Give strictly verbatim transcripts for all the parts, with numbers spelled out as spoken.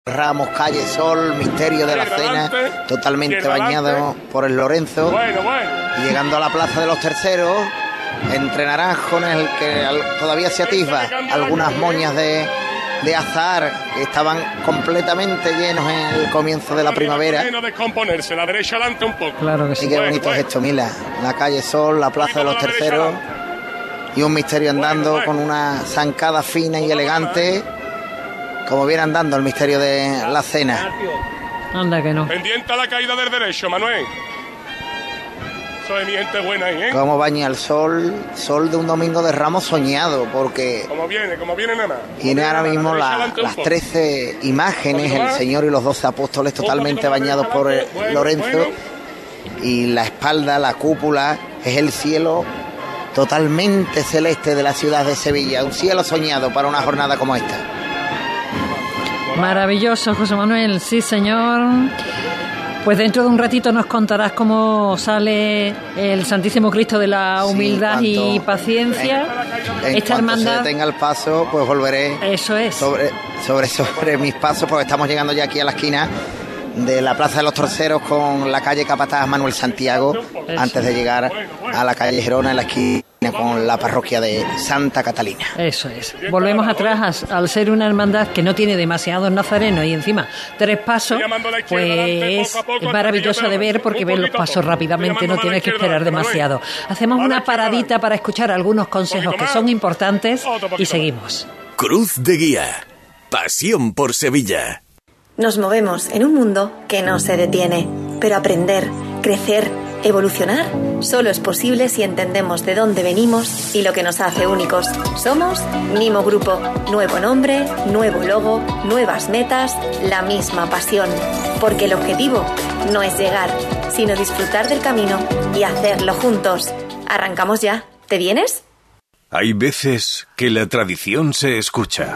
Ramos, Calle Sol, Misterio de la Cena, totalmente bañado por el Lorenzo. Bueno, bueno. Y llegando a la Plaza de los Terceros, entre naranjos, en el que todavía se atisba algunas moñas de, de azahar que estaban completamente llenos en el comienzo de la primavera. No descomponerse, la derecha adelante un poco. Claro que sí. Y qué bonito es esto, Mila. La Calle Sol, la Plaza de los Terceros y un Misterio andando con una zancada fina y elegante, como viene andando el Misterio de la Cena. Anda que no. Pendiente a la caída del derecho, Manuel. Eso es mi gente buena ahí, ¿eh? Cómo baña el sol, sol de un domingo de Ramos soñado, porque Como viene, como viene nada más. tiene ahora mismo la, las trece imágenes, el Señor y los doce apóstoles totalmente bañados por el Lorenzo, y la espalda, la cúpula, es el cielo totalmente celeste de la ciudad de Sevilla, un cielo soñado para una jornada como esta. Maravilloso, José Manuel, sí señor. Pues dentro de un ratito nos contarás cómo sale el Santísimo Cristo de la Humildad sí, y Paciencia. En, en Esta cuanto hermandad, se detenga el paso, pues volveré eso es. sobre, sobre, sobre mis pasos, porque estamos llegando ya aquí a la esquina de la Plaza de los Terceros con la calle Capataz Manuel Santiago, eso, antes de llegar a la calle Gerona, en la esquina con la parroquia de Santa Catalina. Eso es. Volvemos atrás, al ser una hermandad que no tiene demasiados nazarenos y encima tres pasos, pues es maravilloso de ver porque ves los pasos rápidamente, no tienes que esperar demasiado. Hacemos una paradita para escuchar algunos consejos que son importantes y seguimos. Cruz de Guía. Pasión por Sevilla. Nos movemos en un mundo que no se detiene, pero aprender, crecer, evolucionar solo es posible si entendemos de dónde venimos y lo que nos hace únicos. Somos Mimo Grupo. Nuevo nombre, nuevo logo, nuevas metas, la misma pasión. Porque el objetivo no es llegar, sino disfrutar del camino y hacerlo juntos. Arrancamos ya. ¿Te vienes? Hay veces que la tradición se escucha,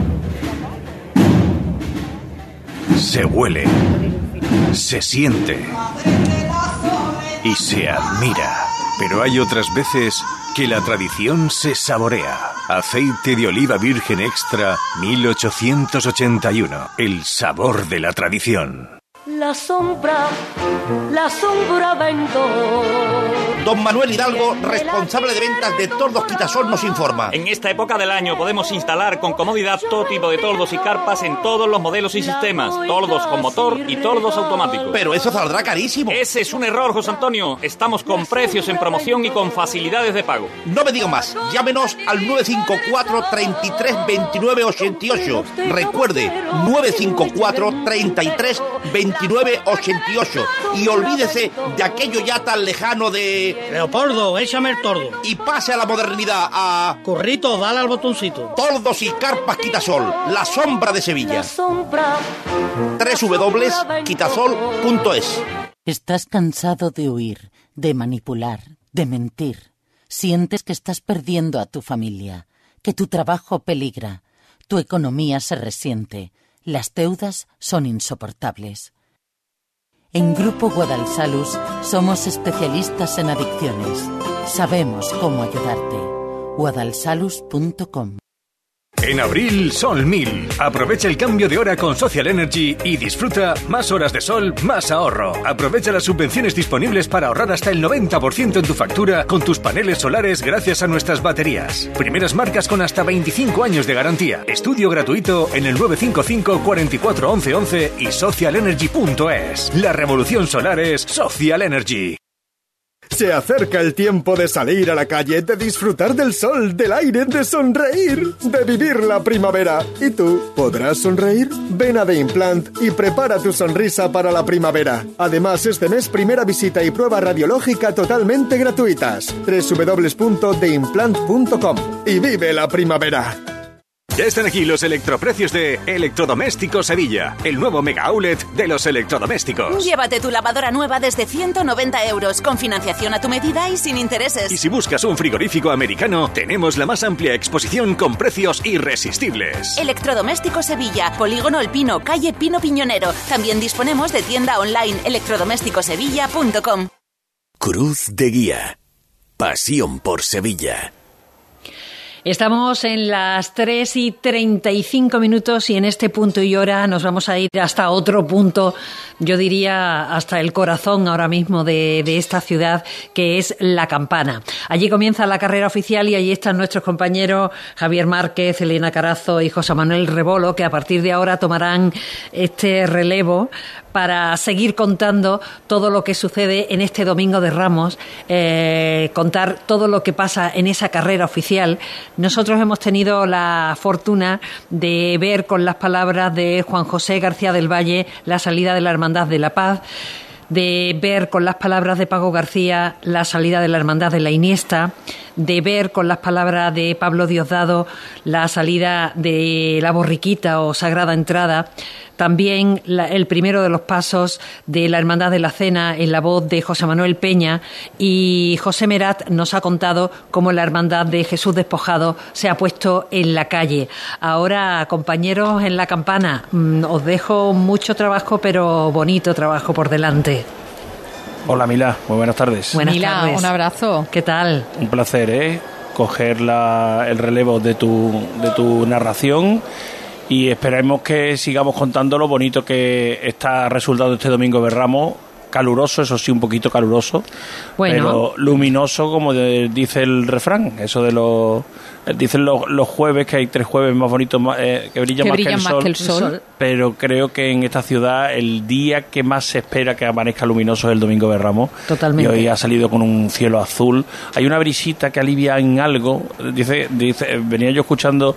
se huele, se siente y se admira. Pero hay otras veces que la tradición se saborea. Aceite de oliva virgen extra mil ochocientos ochenta y uno. El sabor de la tradición. La sombra, la sombra vendo. Don Manuel Hidalgo, responsable de ventas de Tordos Quitasol, nos informa. En esta época del año podemos instalar con comodidad todo tipo de tordos y carpas en todos los modelos y sistemas. Tordos con motor y tordos automáticos. Pero eso saldrá carísimo. Ese es un error, José Antonio. Estamos con precios en promoción y con facilidades de pago. No me diga más. Llámenos al nueve cinco cuatro, treinta y tres, veintinueve ochenta y ocho. Recuerde, nueve cinco cuatro, treinta y tres, veintinueve ochenta y ocho. Y olvídese de aquello ya tan lejano de... Leopoldo, échame el tordo. Y pase a la modernidad, a... Currito, dale al botoncito. Tordos y carpas Quitasol, la sombra de Sevilla. doble u doble u doble u punto quitasol punto es. ¿Estás cansado de huir, de manipular, de mentir? ¿Sientes que estás perdiendo a tu familia, que tu trabajo peligra, tu economía se resiente, las deudas son insoportables? En Grupo Guadalsalus somos especialistas en adicciones. Sabemos cómo ayudarte. guadalsalus punto com. En abril, Sol mil. Aprovecha el cambio de hora con Social Energy y disfruta más horas de sol, más ahorro. Aprovecha las subvenciones disponibles para ahorrar hasta el noventa por ciento en tu factura con tus paneles solares gracias a nuestras baterías. Primeras marcas con hasta veinticinco años de garantía. Estudio gratuito en el nueve cinco cinco, cuatro cuatro, once, once y social energy punto es. La revolución solar es Social Energy. Se acerca el tiempo de salir a la calle, de disfrutar del sol, del aire, de sonreír, de vivir la primavera. ¿Y tú? ¿Podrás sonreír? Ven a The Implant y prepara tu sonrisa para la primavera. Además, este mes primera visita y prueba radiológica totalmente gratuitas. doble u doble u doble u punto the implant punto com y vive la primavera. Ya están aquí los electroprecios de Electrodomésticos Sevilla, el nuevo mega outlet de los electrodomésticos. Llévate tu lavadora nueva desde ciento noventa euros, con financiación a tu medida y sin intereses. Y si buscas un frigorífico americano, tenemos la más amplia exposición con precios irresistibles. Electrodomésticos Sevilla, Polígono El Pino, calle Pino Piñonero. También disponemos de tienda online electrodomésticos sevilla punto com. Cruz de Guía. Pasión por Sevilla. Estamos en las tres y treinta y cinco minutos y en este punto y hora nos vamos a ir hasta otro punto, yo diría hasta el corazón ahora mismo de, de esta ciudad, que es La Campana. Allí comienza la carrera oficial y allí están nuestros compañeros Javier Márquez, Elena Carazo y José Manuel Rebolo, que a partir de ahora tomarán este relevo para seguir contando todo lo que sucede en este Domingo de Ramos, eh, contar todo lo que pasa en esa carrera oficial. Nosotros hemos tenido la fortuna de ver con las palabras de Juan José García del Valle la salida de la Hermandad de la Paz, de ver con las palabras de Paco García la salida de la Hermandad de la Iniesta, de ver con las palabras de Pablo Diosdado la salida de la Borriquita o Sagrada Entrada, también la, el primero de los pasos de la Hermandad de la Cena en la voz de José Manuel Peña, y José Merat nos ha contado cómo la Hermandad de Jesús Despojado se ha puesto en la calle. Ahora, compañeros en La Campana, os dejo mucho trabajo, pero bonito trabajo por delante. Hola Milá, muy buenas tardes. Buenas Milá, tardes. Un abrazo. ¿Qué tal? Un placer, ¿eh? Coger la, el relevo de tu, de tu narración, y esperemos que sigamos contando lo bonito que está resultado este Domingo de Ramos. Caluroso, eso sí, un poquito caluroso, bueno, pero luminoso, como de, dice el refrán, eso de los... Dicen los, los jueves que hay tres jueves más bonitos, eh, que brillan, que más, brillan que el, más sol, que el sol, pero creo que en esta ciudad el día que más se espera que amanezca luminoso es el Domingo de Ramos. Totalmente. Y hoy ha salido con un cielo azul. Hay una brisita que alivia en algo. Dice, dice venía yo escuchando...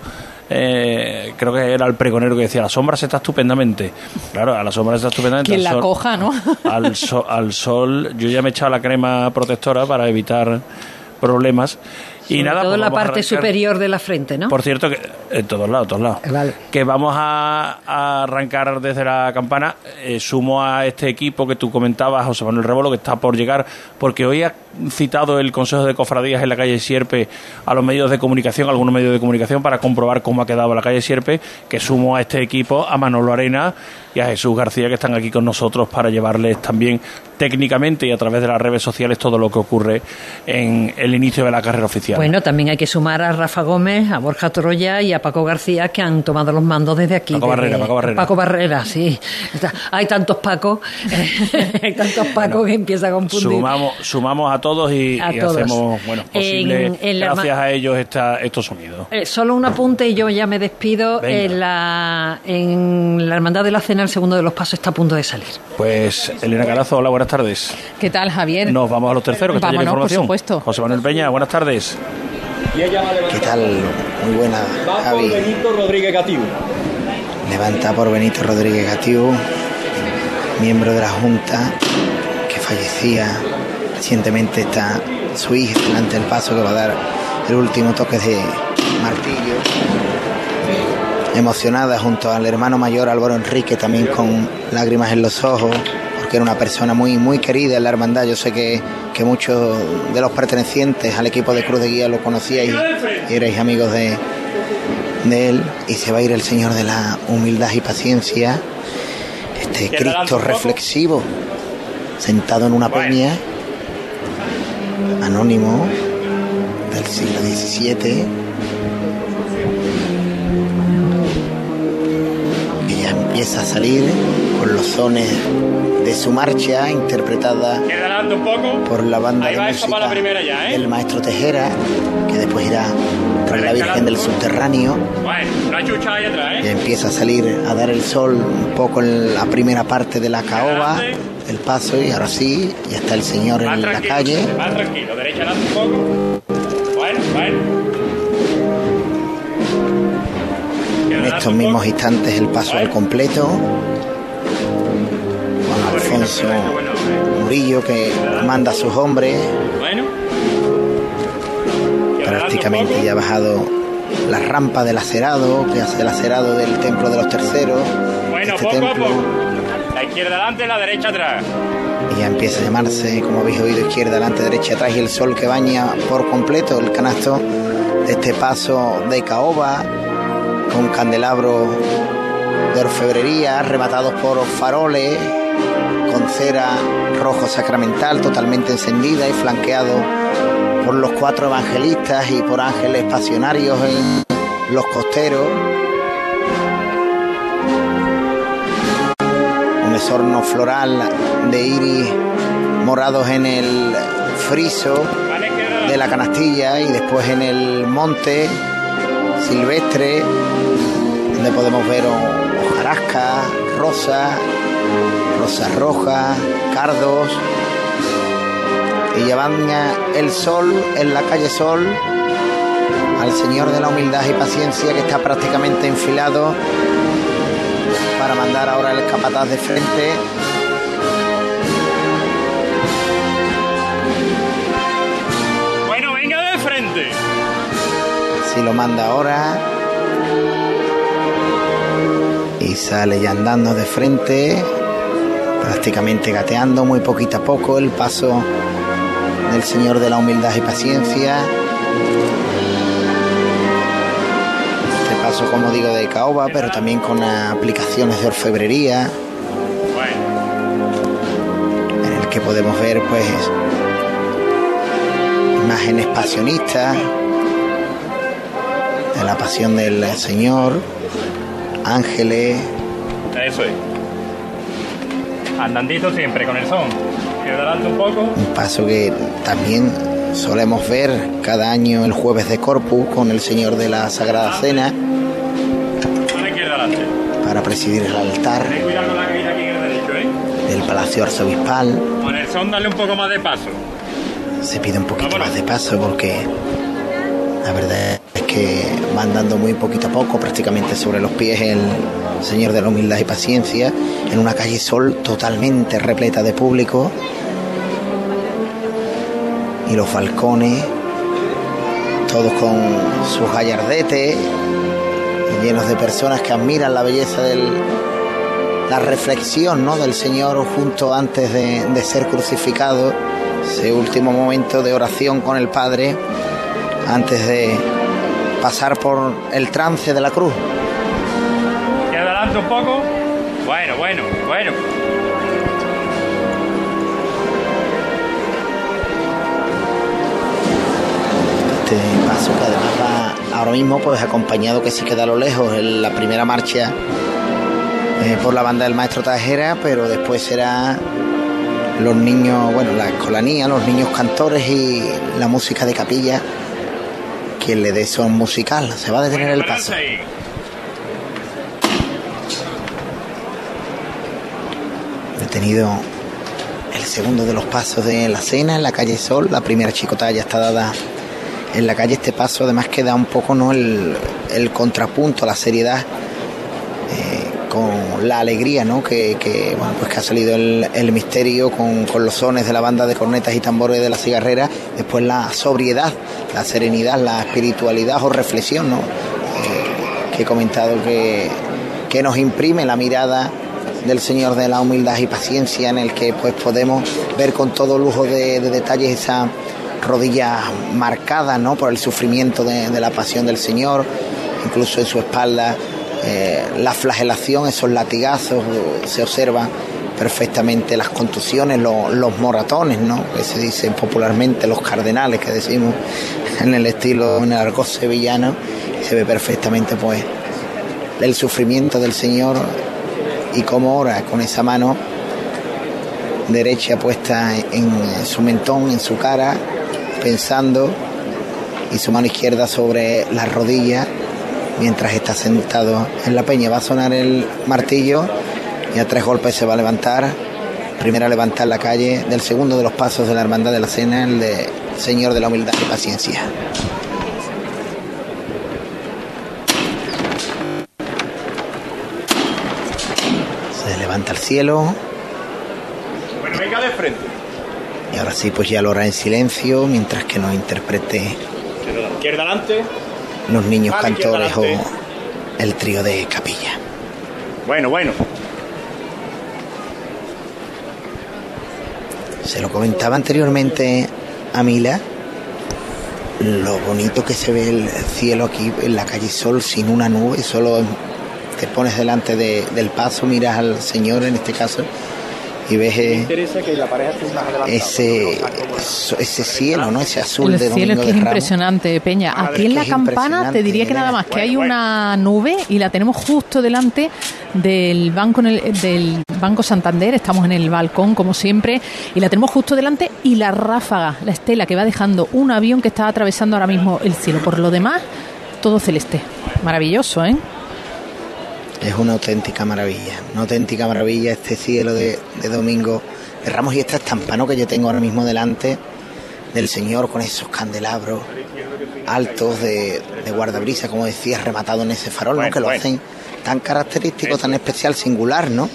Eh, creo que era el pregonero que decía: la sombra se está estupendamente. Claro, a la sombra se está estupendamente. Quien la sol, coja, ¿no? Al, so, al sol, yo ya me he echado la crema protectora para evitar problemas. Y sobre nada, todo pues la parte arrancar, superior de la frente, ¿no? Por cierto, que en todos lados, todos lados. Vale. Que vamos a, a arrancar desde La Campana. Eh, sumo a este equipo que tú comentabas, José Manuel Rebolo, que está por llegar, porque hoy ha citado el Consejo de Cofradías en la calle Sierpe a los medios de comunicación, algunos medios de comunicación, para comprobar cómo ha quedado la calle Sierpe, que sumo a este equipo a Manolo Arena y a Jesús García, que están aquí con nosotros para llevarles también técnicamente y a través de las redes sociales todo lo que ocurre en el inicio de la carrera oficial. Bueno, también hay que sumar a Rafa Gómez, a Borja Toroya y a Paco García, que han tomado los mandos desde aquí. Paco desde... Barrera, Paco Barrera. Paco Barrera, sí. Hay tantos Pacos, hay tantos Pacos bueno, que empieza a confundir. Sumamos, sumamos a todos y, a y todos. hacemos bueno, posible, en, en gracias la... a ellos, esta, estos sonidos. Eh, solo un apunte y yo ya me despido. En la, en la Hermandad de la Cena, el segundo de los pasos está a punto de salir. Pues Elena Carazo, hola, buenas tardes. ¿Qué tal, Javier? Nos vamos a los terceros, que está llena de información. Por supuesto. José Manuel Peña, buenas tardes. ¿Qué tal? Muy buena, Javi. Va por Benito Rodríguez Gatiu. Levanta por Benito Rodríguez Gatiu, miembro de la Junta, que fallecía recientemente. Está su hija delante del paso, que va a dar el último toque de martillo. Emocionada junto al hermano mayor Álvaro Enrique, también con lágrimas en los ojos, porque era una persona muy muy querida en la hermandad. Yo sé que, que muchos de los pertenecientes al equipo de Cruz de Guía lo conocíais y erais amigos de, de él. Y se va a ir el Señor de la humildad y paciencia, este Cristo reflexivo, sentado en una peña, anónimo del siglo diecisiete. Empieza a salir con los sones de su marcha, interpretada por la banda de música la primera ya, ¿eh? del maestro Tejera, que después irá tras la Virgen del Subterráneo. Bueno, una chucha ahí atrás, ¿eh? Y empieza a salir a dar el sol un poco en la primera parte de la caoba, el paso, y ahora sí, ya está el Señor en la calle. Más tranquilo, derecha adelante un poco. Bueno, bueno. En estos mismos instantes el paso al completo. Juan Alfonso Murillo, que manda a sus hombres. Prácticamente ya ha bajado la rampa del acerado, que hace el acerado del Templo de los Terceros. Bueno, este poco templo, a poco. La izquierda adelante, la derecha atrás. Y ya empieza a llamarse, como habéis oído, izquierda adelante, derecha atrás, y el sol que baña por completo el canasto de este paso de caoba, con candelabros de orfebrería rematados por faroles, con cera rojo sacramental totalmente encendida y flanqueado por los cuatro evangelistas y por ángeles pasionarios en los costeros. Un esorno floral de iris morados en el friso de la canastilla y después en el monte silvestre, donde podemos ver hojarascas, rosas, rosas rojas, cardos, y ya baña el sol en la calle Sol al Señor de la Humildad y Paciencia, que está prácticamente enfilado para mandar ahora el capataz de frente. Bueno, venga de frente. Así lo manda ahora. Y sale ya andando de frente, prácticamente gateando muy poquito a poco el paso del Señor de la Humildad y Paciencia. Este paso, como digo, de caoba, pero también con aplicaciones de orfebrería, en el que podemos ver pues imágenes pasionistas de la pasión del Señor, ángeles. Eso es. Andandito siempre con el son. Quiero adelante un poco. Un paso que también solemos ver cada año el jueves de Corpus con el Señor de la Sagrada Cena, para presidir el altar Ten cuidado con la caída aquí en el derecho, ¿eh? del Palacio Arzobispal. Con el son dale un poco más de paso. Se pide un poquito más de paso porque la verdad es que va andando muy poquito a poco, prácticamente sobre los pies el Señor de la Humildad y Paciencia, en una calle Sol totalmente repleta de público, y los balcones todos con sus gallardetes y llenos de personas que admiran la belleza del la reflexión, ¿no?, del Señor junto antes de, de ser crucificado, ese último momento de oración con el Padre antes de pasar por el trance de la cruz. ¿Te adelanto un poco? Bueno, bueno, bueno. Este paso que además va ahora mismo pues acompañado, que sí queda a lo lejos, en la primera marcha eh, por la banda del maestro Tajera, pero después será los niños, bueno, la escolanía, los niños cantores y la música de capilla quien le dé son musical. Se va a detener el paso. Detenido el segundo de los pasos de la cena en la calle Sol. La primera chicota ya está dada en la calle. Este paso además queda un poco, ¿no?, el, el contrapunto, la seriedad eh, con la alegría, ¿no?, que, que, bueno, pues que ha salido el, el misterio con, con los sones de la banda de cornetas y tambores de la cigarrera. Después la sobriedad, la serenidad, la espiritualidad o reflexión, ¿no?, eh, que he comentado que, que nos imprime la mirada del Señor de la Humildad y Paciencia, en el que pues podemos ver con todo lujo de, de detalles esa rodilla marcada, ¿no?, por el sufrimiento de, de la pasión del Señor, incluso en su espalda eh, la flagelación, esos latigazos, se observan perfectamente las contusiones, lo, los moratones, ¿no?, que se dicen popularmente, los cardenales que decimos en el estilo, en el argot sevillano. Se ve perfectamente pues el sufrimiento del Señor y cómo ora con esa mano derecha puesta en su mentón, en su cara, pensando, y su mano izquierda sobre las rodillas mientras está sentado en la peña. Va a sonar el martillo y a tres golpes se va a levantar. Primero a levantar la calle del segundo de los pasos de la Hermandad de la Cena, el de Señor de la Humildad y Paciencia. Se levanta el cielo. Bueno, venga de frente. Y ahora sí, pues ya lo hará en silencio, mientras que nos interprete izquierda adelante, los niños vale, cantores o el trío de capilla. Bueno, bueno. Se lo comentaba anteriormente a Mila, lo bonito que se ve el cielo aquí en la calle Sol, sin una nube. Solo te pones delante de, del paso, miras al Señor en este caso, y ves eh, ese ese cielo, ¿no? Ese azul el de cielo Domingo es que de es Ramos. impresionante, Peña. Aquí en la campana te diría que nada más que hay una nube y la tenemos justo delante del banco en el, del Banco Santander. Estamos en el balcón como siempre y la tenemos justo delante, y la ráfaga, la estela que va dejando un avión que está atravesando ahora mismo el cielo. Por lo demás, todo celeste. Maravilloso, ¿eh? Es una auténtica maravilla, una auténtica maravilla este cielo de, de Domingo de Ramos y esta estampa, ¿no?, que yo tengo ahora mismo delante del Señor con esos candelabros altos de, de guardabrisa, como decías, rematado en ese farol, ¿no?, que lo hacen tan característico, tan especial, singular, ¿no?,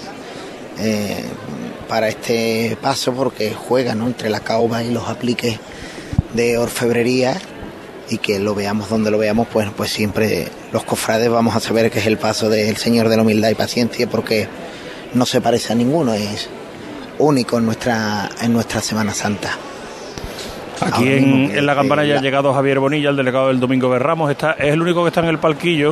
eh, para este paso, porque juega, ¿no?, entre la caoba y los apliques de orfebrería, y que lo veamos donde lo veamos, pues, pues siempre los cofrades vamos a saber que es el paso del Señor de la Humildad y Paciencia, porque no se parece a ninguno, es único en nuestra en nuestra Semana Santa. Aquí en, en la campana ya ha llegado Javier Bonilla, el delegado del Domingo de Ramos. Está, es el único que está en el palquillo,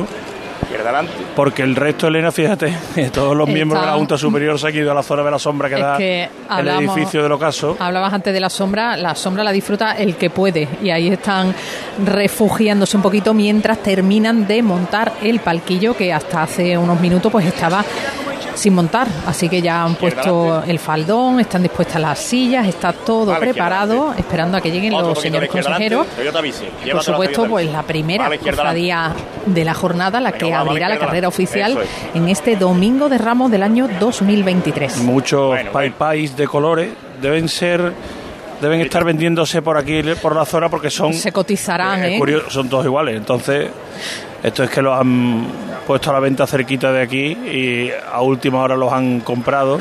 porque el resto, Elena, fíjate, todos los miembros Está... de la Junta Superior se han ido a la zona de la sombra que es da que hablamos, el edificio del ocaso. Hablabas antes de la sombra, la sombra la disfruta el que puede, y ahí están refugiándose un poquito mientras terminan de montar el palquillo, que hasta hace unos minutos pues estaba sin montar, así que ya han puesto el faldón, están dispuestas las sillas, está todo vale, preparado, esperando a que lleguen los señores consejeros. Y por supuesto, pues la primera cofradía de la jornada, la que abrirá la carrera oficial en este Domingo de Ramos del año dos mil veintitrés. Muchos paipais de colores deben ser... Deben estar vendiéndose por aquí, por la zona, porque son... Se cotizarán, ¿eh? Curioso, son todos iguales. Entonces, esto es que los han puesto a la venta cerquita de aquí y a última hora los han comprado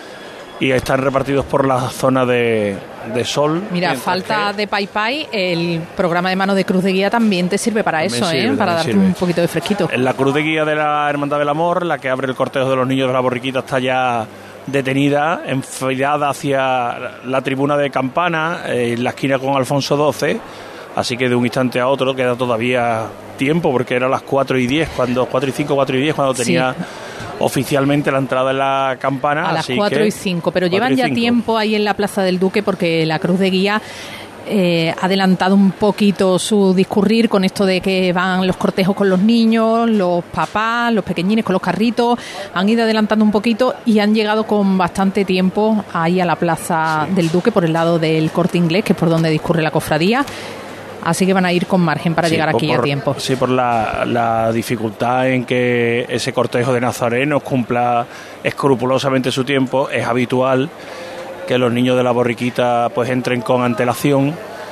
y están repartidos por la zona de, de Sol. Mira, falta que... de Pai Pai, el programa de mano de Cruz de Guía también te sirve para también eso, sirve, ¿eh? Para darte sirve. un poquito de fresquito. En la Cruz de Guía de la Hermandad del Amor, la que abre el cortejo de los niños de la borriquita, está ya detenida, enfilada hacia la tribuna de Campana, eh, en la esquina con Alfonso doce, así que de un instante a otro queda todavía tiempo, porque eran las cuatro y diez, cuando cuatro y cinco, cuatro y diez, cuando tenía sí. oficialmente la entrada en la Campana. A las cuatro y cinco, pero llevan ya tiempo ahí en la Plaza del Duque, porque la Cruz de Guía Eh, ha adelantado un poquito su discurrir con esto de que van los cortejos con los niños, los papás, los pequeñines con los carritos. Han ido adelantando un poquito y han llegado con bastante tiempo ahí a la Plaza sí. del Duque, por el lado del Corte Inglés, que es por donde discurre la cofradía. Así que van a ir con margen para sí, llegar aquí por, a tiempo. Sí, por la, la dificultad en que ese cortejo de nazarenos cumpla escrupulosamente su tiempo. Es habitual que los niños de la borriquita pues entren con antelación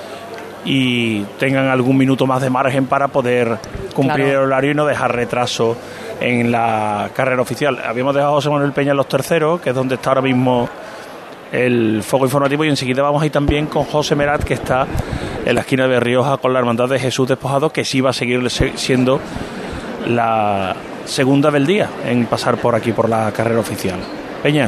y tengan algún minuto más de margen para poder cumplir claro. el horario y no dejar retraso en la carrera oficial. Habíamos dejado a José Manuel Peña en los terceros, que es donde está ahora mismo el foco informativo, y enseguida vamos a ir también con José Merat, que está en la esquina de Rioja con la Hermandad de Jesús Despojado, que sí va a seguir siendo la segunda del día en pasar por aquí por la carrera oficial. Peña.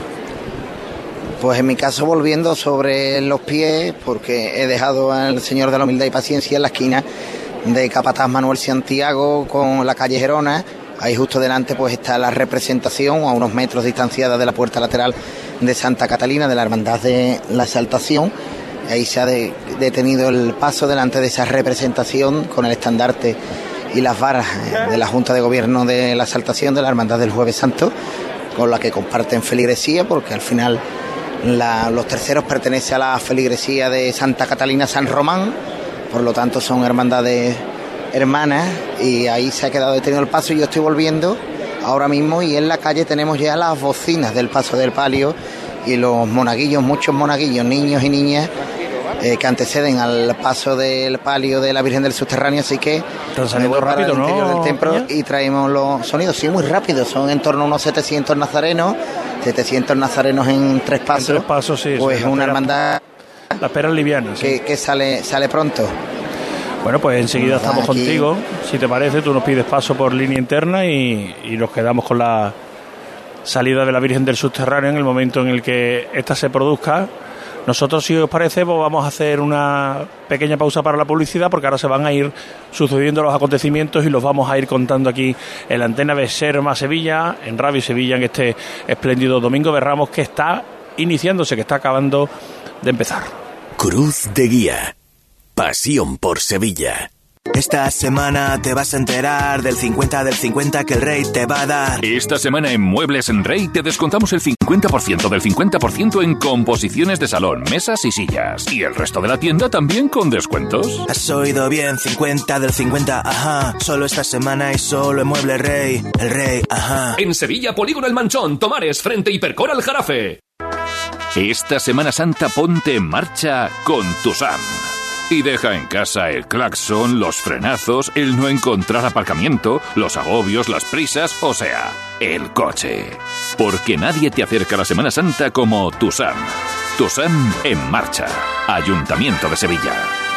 Pues en mi caso volviendo sobre los pies, porque he dejado al Señor de la Humildad y Paciencia en la esquina de Capataz Manuel Santiago con la calle Gerona. Ahí justo delante pues está la representación, a unos metros distanciada de la puerta lateral de Santa Catalina, de la Hermandad de la Exaltación. Ahí se ha de, detenido el paso delante de esa representación con el estandarte y las varas de la Junta de Gobierno de la Exaltación de la Hermandad del Jueves Santo, con la que comparten feligresía, porque al final La, los terceros pertenecen a la feligresía de Santa Catalina San Román, por lo tanto son hermandades hermanas, y ahí se ha quedado detenido el paso. Y yo estoy volviendo ahora mismo y en la calle tenemos ya las bocinas del paso del palio y los monaguillos, muchos monaguillos, niños y niñas eh, que anteceden al paso del palio de la Virgen del Subterráneo, así que están saliendo rápido, ¿no? Interior del templo ¿Ya? Y traemos los sonidos, sí, muy rápido, son en torno a unos setecientos nazarenos. setecientos nazarenos en tres pasos. En tres pasos, sí. Pues sí, una hermandad. La espera liviana, sí. Que, que sale, sale pronto. Bueno, pues enseguida Nos estamos aquí. contigo. Si te parece, tú nos pides paso por línea interna y, y nos quedamos con la salida de la Virgen del Subterráneo en el momento en el que ésta se produzca. Nosotros, si os parece, pues vamos a hacer una pequeña pausa para la publicidad, porque ahora se van a ir sucediendo los acontecimientos y los vamos a ir contando aquí en la antena de Ser Más Sevilla, en Radio Sevilla, en este espléndido Domingo de Ramos, que está iniciándose, que está acabando de empezar. Cruz de Guía. Pasión por Sevilla. Esta semana te vas a enterar del cincuenta del cincuenta que el Rey te va a dar. Esta semana en Muebles en Rey te descontamos el cincuenta por ciento del cincuenta por ciento en composiciones de salón, mesas y sillas. Y el resto de la tienda también con descuentos. Has oído bien, cincuenta del cincuenta, ajá. Solo esta semana y solo en Muebles Rey. El Rey, ajá. En Sevilla, Polígono El Manchón, Tomares, frente Hipercor al Jarafe. Esta Semana Santa ponte en marcha con Tusam. Y deja en casa el claxon, los frenazos, el no encontrar aparcamiento, los agobios, las prisas, o sea, el coche. Porque nadie te acerca a la Semana Santa como Tusam. Tusam en marcha. Ayuntamiento de Sevilla.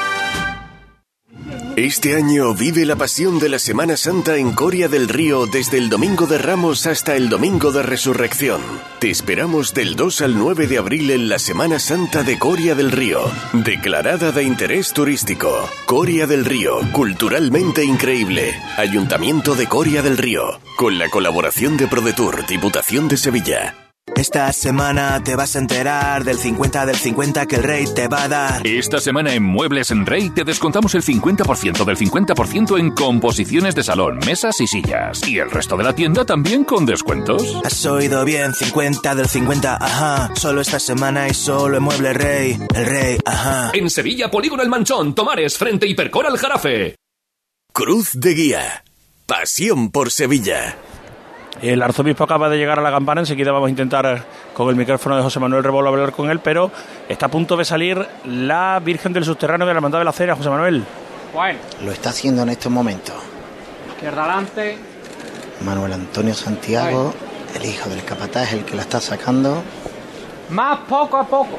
Este año vive la pasión de la Semana Santa en Coria del Río desde el Domingo de Ramos hasta el Domingo de Resurrección. Te esperamos del dos al nueve de abril en la Semana Santa de Coria del Río. Declarada de interés turístico. Coria del Río, culturalmente increíble. Ayuntamiento de Coria del Río. Con la colaboración de ProDetour, Diputación de Sevilla. Esta semana te vas a enterar del cincuenta del cincuenta que el Rey te va a dar. Esta semana en Muebles en Rey te descontamos el cincuenta por ciento del cincuenta por ciento en composiciones de salón, mesas y sillas. Y el resto de la tienda también con descuentos. Has oído bien, cincuenta del cincuenta, ajá. Solo esta semana y solo en Muebles Rey. El Rey, ajá. En Sevilla, Polígono El Manchón, Tomares, frente Hipercor al Jarafe. Cruz de Guía. Pasión por Sevilla. El arzobispo acaba de llegar a la campana, enseguida vamos a intentar con el micrófono de José Manuel Rebolo hablar con él, pero está a punto de salir la Virgen del Subterráneo de la Hermandad de la Cera, José Manuel. Bueno. Lo está haciendo en estos momentos. Izquierda adelante. Manuel Antonio Santiago, bueno. El hijo del capataz, el que la está sacando. Más poco a poco.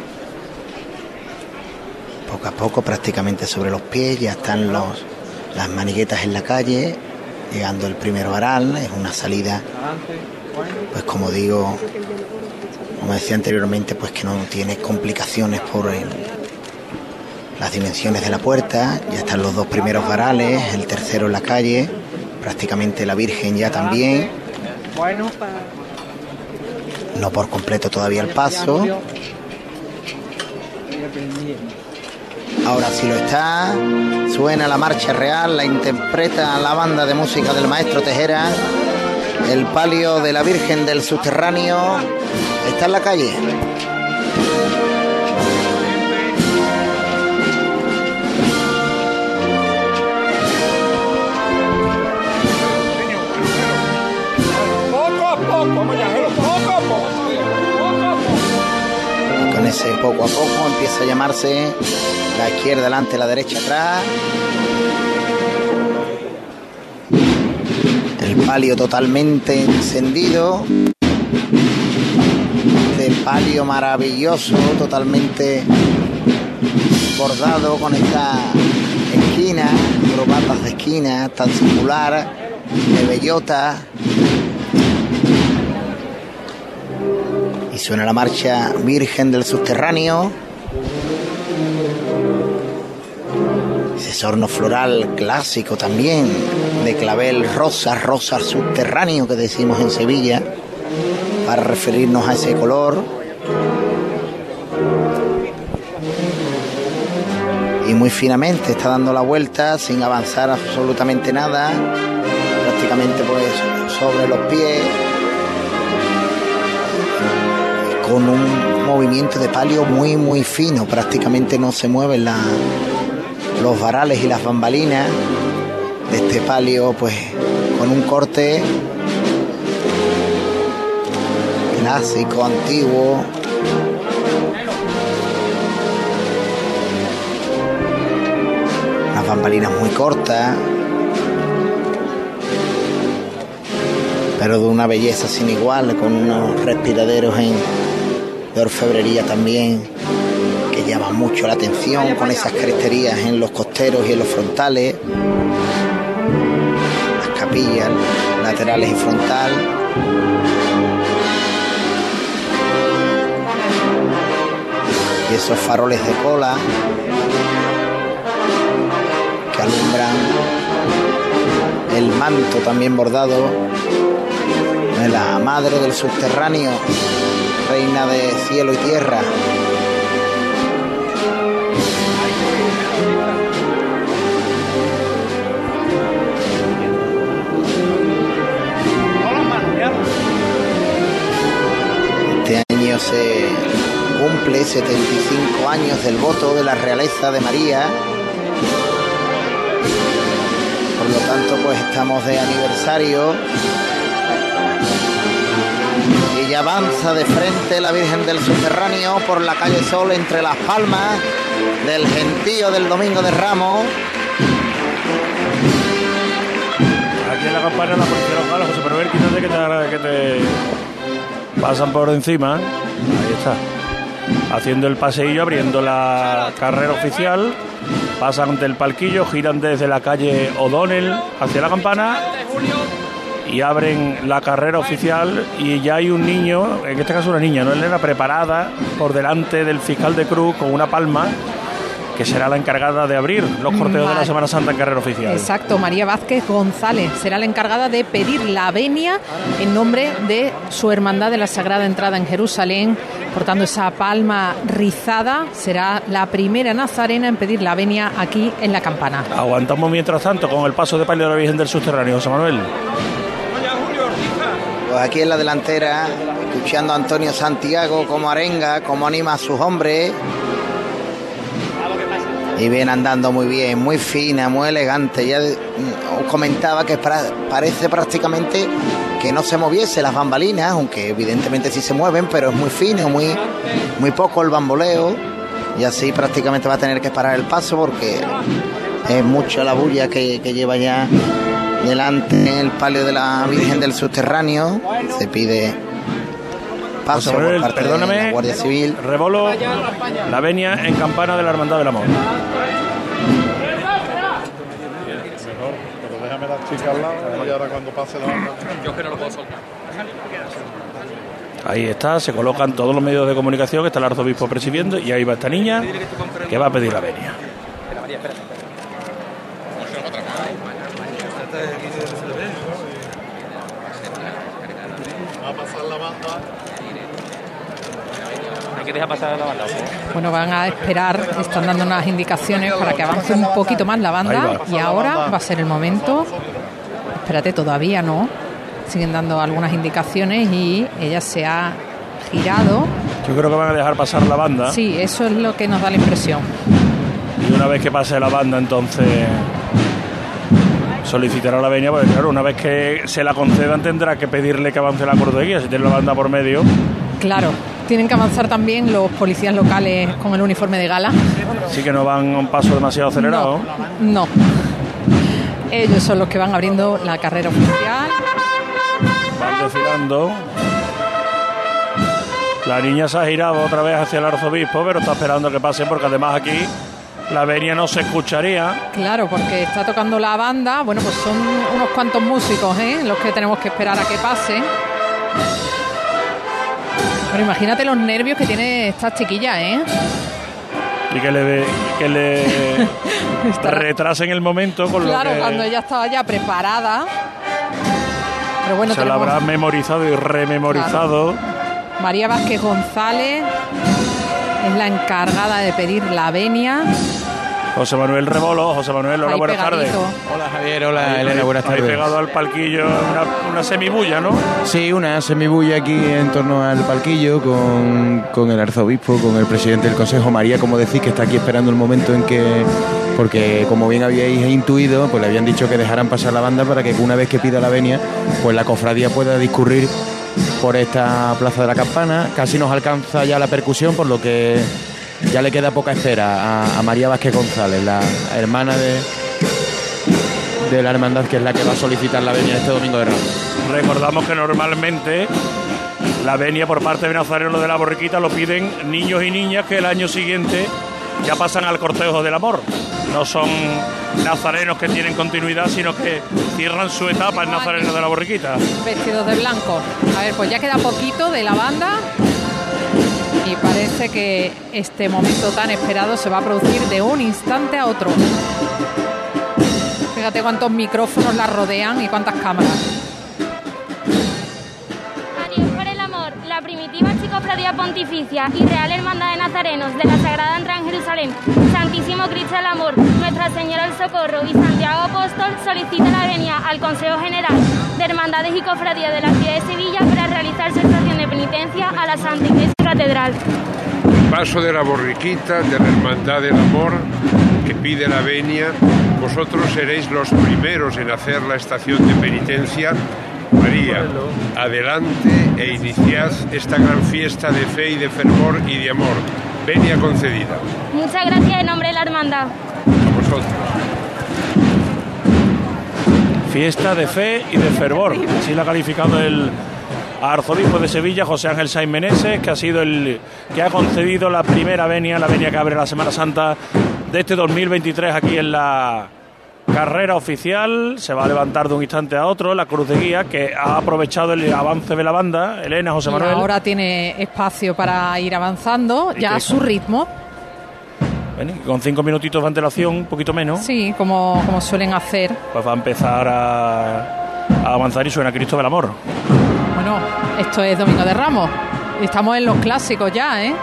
Poco a poco, prácticamente sobre los pies, ya están los, las maniguetas en la calle. Llegando el primer varal, es una salida, pues como digo, como decía anteriormente, pues que no tiene complicaciones por el, las dimensiones de la puerta. Ya están los dos primeros varales, el tercero en la calle, prácticamente la Virgen ya también. No por completo todavía el paso. Ahora sí lo está, suena la marcha real, la interpreta la banda de música del maestro Tejera, el palio de la Virgen del Subterráneo está en la calle. Poco a poco, vamos ya, poco a poco. Con ese poco a poco empieza a llamarse la izquierda delante, la derecha atrás. El palio totalmente encendido. Este palio maravilloso, totalmente bordado con esta esquina, corbatas de esquina, tan singular, de bellota. Y suena la marcha Virgen del Subterráneo. Ese sorno floral clásico también, de clavel rosa, rosa subterráneo que decimos en Sevilla, para referirnos a ese color. Y muy finamente está dando la vuelta sin avanzar absolutamente nada, prácticamente pues sobre los pies, con un movimiento de palio muy muy fino, prácticamente no se mueven la, los varales y las bambalinas de este palio, pues con un corte clásico, antiguo. Unas bambalinas muy cortas, pero de una belleza sin igual, con unos respiraderos en, de orfebrería también, que llaman mucho la atención, con esas cresterías en los costeros y en los frontales, las capillas laterales y frontal. Y esos faroles de cola que alumbran el manto también bordado de la madre del subterráneo, reina de cielo y tierra. Este año se cumple setenta y cinco años del voto de la realeza de María. Por lo tanto, pues estamos de aniversario. Y ya avanza de frente la Virgen del Subterráneo por la calle Sol entre las palmas del gentío del Domingo de Ramos. Aquí en la campana la policía local, José Manuel, quítate que te, que te pasan por encima. Ahí está. Haciendo el paseillo, abriendo la carrera oficial. Pasan del palquillo, giran desde la calle O'Donnell hacia la campana y abren la carrera oficial, y ya hay un niño, en este caso una niña, no Elena, preparada por delante del fiscal de Cruz con una palma, que será la encargada de abrir los corteos de la Semana Santa en carrera oficial. Exacto, María Vázquez González será la encargada de pedir la venia en nombre de su Hermandad de la Sagrada Entrada en Jerusalén, portando esa palma rizada. Será la primera nazarena en pedir la venia aquí en la campana. Aguantamos mientras tanto con el paso de palio de la Virgen del Subterráneo, José Manuel. Pues aquí en la delantera, escuchando a Antonio Santiago cómo arenga, cómo anima a sus hombres. Y viene andando muy bien, muy fina, muy elegante. Ya os comentaba que pra- parece prácticamente que no se moviese las bambalinas, aunque evidentemente sí se mueven, pero es muy fino, muy, muy poco el bamboleo. Y así prácticamente va a tener que parar el paso porque es mucho la bulla que, que lleva ya delante en el palio de la Virgen del Subterráneo. Se pide paso Manuel, por parte perdóname, de la Guardia Civil. Rebolo, la venia en campana de la Hermandad del Amor. Pero déjame la chica al lado y ahora cuando pase la banda. Yo es que no lo puedo soltar. Ahí está, se colocan todos los medios de comunicación, está el arzobispo presidiendo, y ahí va esta niña que va a pedir la venia. Va a pasar la banda. Hay que dejar pasar la banda. Bueno, van a esperar, están dando unas indicaciones para que avance un poquito más la banda, y ahora va a ser el momento. Espérate, todavía no. Siguen dando algunas indicaciones y ella se ha girado. Yo creo que van a dejar pasar la banda. Sí, eso es lo que nos da la impresión. Y una vez que pase la banda, entonces solicitará la venia, porque claro, una vez que se la concedan tendrá que pedirle que avance la corteguía, si tiene la banda por medio. Claro, tienen que avanzar también los policías locales con el uniforme de gala. Sí, que no van a un paso demasiado acelerado. No, no. Ellos son los que van abriendo la carrera oficial. Van desfilando. La niña se ha girado otra vez hacia el arzobispo, pero está esperando que pasen, porque además aquí la venia no se escucharía. Claro, porque está tocando la banda. Bueno, pues son unos cuantos músicos, ¿eh?, los que tenemos que esperar a que pasen. Pero imagínate los nervios que tiene esta chiquilla, ¿eh? Y que le, que le retrasen el momento con claro, lo que... cuando ella estaba ya preparada. Pero bueno, se tenemos... la habrá memorizado y rememorizado. Claro. María Vázquez González es la encargada de pedir la venia. José Manuel Rebolo. José Manuel, hola, ahí buenas pegadito. tardes. Hola Javier, hola ahí, Elena, ahí, buenas tardes. Ahí pegado al palquillo una, una semibulla, ¿no? Sí, una semibulla aquí en torno al palquillo con, con el arzobispo, con el presidente del Consejo, María, como decís, que está aquí esperando el momento en que... Porque como bien habíais intuido, pues le habían dicho que dejaran pasar la banda para que una vez que pida la venia, pues la cofradía pueda discurrir por esta plaza de la Campana. Casi nos alcanza ya la percusión, por lo que ya le queda poca espera a, a María Vázquez González, la hermana de, de la hermandad, que es la que va a solicitar la venia este Domingo de Ramos. Recordamos que normalmente la venia por parte de Nazareno de la Borriquita lo piden niños y niñas que el año siguiente ya pasan al cortejo del amor. No son nazarenos que tienen continuidad, sino que cierran su etapa en Nazareno de la Borriquita. Vestidos de blanco. A ver, pues ya queda poquito de la banda y parece que este momento tan esperado se va a producir de un instante a otro. Fíjate cuántos micrófonos la rodean y cuántas cámaras. Adiós por el amor, la primitiva Iniciativa Archicofradía Pontificia y Real Hermandad de Nazarenos de la Sagrada Entrada en Jerusalén, Santísimo Cristo del Amor, Nuestra Señora del Socorro y Santiago Apóstol solicitan la venia al Consejo General de Hermandades y Cofradías de la ciudad de Sevilla para realizar su estación de penitencia a la Santa Iglesia Catedral. Paso de la borriquita de la Hermandad del Amor que pide la venia, vosotros seréis los primeros en hacer la estación de penitencia. María, adelante e iniciad esta gran fiesta de fe y de fervor y de amor. Venia concedida. Muchas gracias en nombre de la hermandad. A vosotros. Fiesta de fe y de fervor. Así lo ha calificado el arzobispo de Sevilla, José Ángel Sainz Meneses, que ha sido el que ha concedido la primera venia, la venia que abre la Semana Santa de este dos mil veintitrés aquí en la carrera oficial. Se va a levantar de un instante a otro la cruz de guía, que ha aprovechado el avance de la banda. Elena, José Manuel. Y ahora tiene espacio para ir avanzando ya a su ritmo. Bueno, con cinco minutitos de antelación, un poquito menos. Sí, como, como suelen hacer. Pues va a empezar a, a avanzar y suena Cristo del Amor. Bueno, esto es Domingo de Ramos. Estamos en los clásicos ya, ¿eh?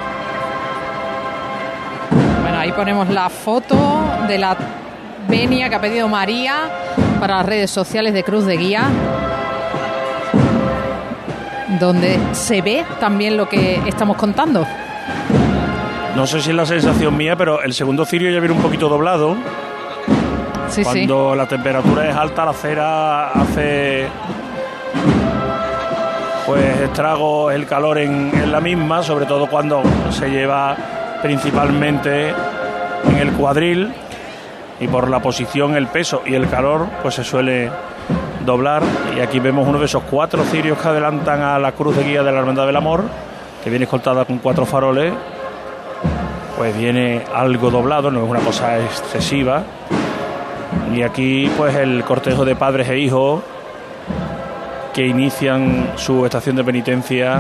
Bueno, ahí ponemos la foto de la venia que ha pedido María para las redes sociales de Cruz de Guía, donde se ve también lo que estamos contando. No sé si es la sensación mía, pero el segundo cirio ya viene un poquito doblado. Sí, Cuando sí. la temperatura es alta, la cera hace pues estrago el calor en, en la misma, sobre todo cuando se lleva principalmente en el cuadril, y por la posición, el peso y el calor, pues se suele doblar. Y aquí vemos uno de esos cuatro cirios que adelantan a la cruz de guía de la Hermandad del Amor, que viene escoltada con cuatro faroles. Pues viene algo doblado, no es una cosa excesiva. Y aquí pues el cortejo de padres e hijos que inician su estación de penitencia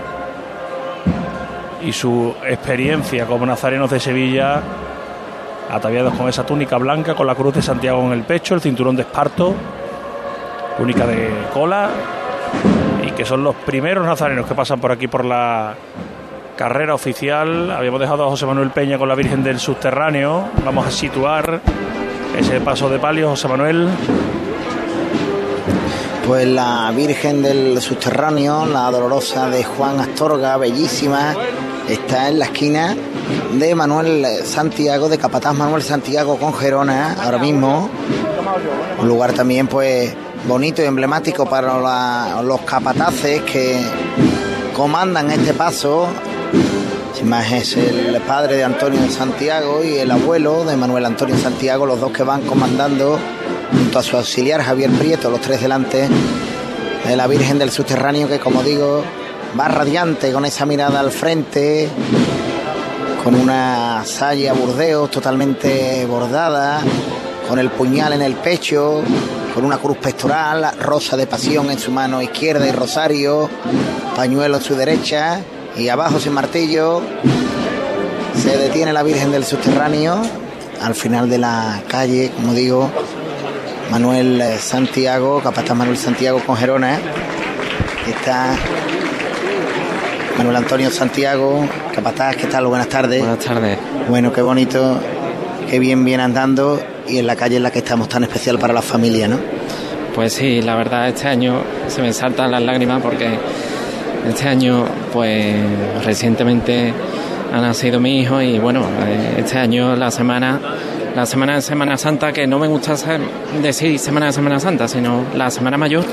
y su experiencia como nazarenos de Sevilla, ataviados con esa túnica blanca, con la cruz de Santiago en el pecho, el cinturón de esparto, túnica de cola, y que son los primeros nazarenos que pasan por aquí por la carrera oficial. Habíamos dejado a José Manuel Peña con la Virgen del Subterráneo. Vamos a situar ese paso de palio, José Manuel. Pues la Virgen del Subterráneo, la dolorosa de Juan Astorga, bellísima, está en la esquina de Manuel Santiago, de Capataz Manuel Santiago con Gerona, ahora mismo. Un lugar también pues bonito y emblemático para la, los capataces que comandan este paso. Sin más, es el padre de Antonio Santiago y el abuelo de Manuel Antonio Santiago, los dos que van comandando junto a su auxiliar Javier Prieto, los tres delante de la Virgen del Subterráneo, que como digo va radiante, con esa mirada al frente, con una saya Burdeos totalmente bordada, con el puñal en el pecho, con una cruz pectoral, rosa de pasión en su mano izquierda y rosario, pañuelo en su derecha, y abajo sin martillo se detiene la Virgen del Subterráneo al final de la calle, como digo, Manuel Santiago, Capataz Manuel Santiago con Gerona. Está Manuel Antonio Santiago, Capataz. ¿Qué tal? Buenas tardes. Buenas tardes. Bueno, qué bonito, qué bien viene andando, y en la calle en la que estamos, tan especial para la familia, ¿no? Pues sí, la verdad este año se me saltan las lágrimas porque este año pues recientemente ha nacido mi hijo, y bueno, este año la semana la semana de Semana Santa, que no me gusta decir semana de Semana Santa, sino la Semana Mayor,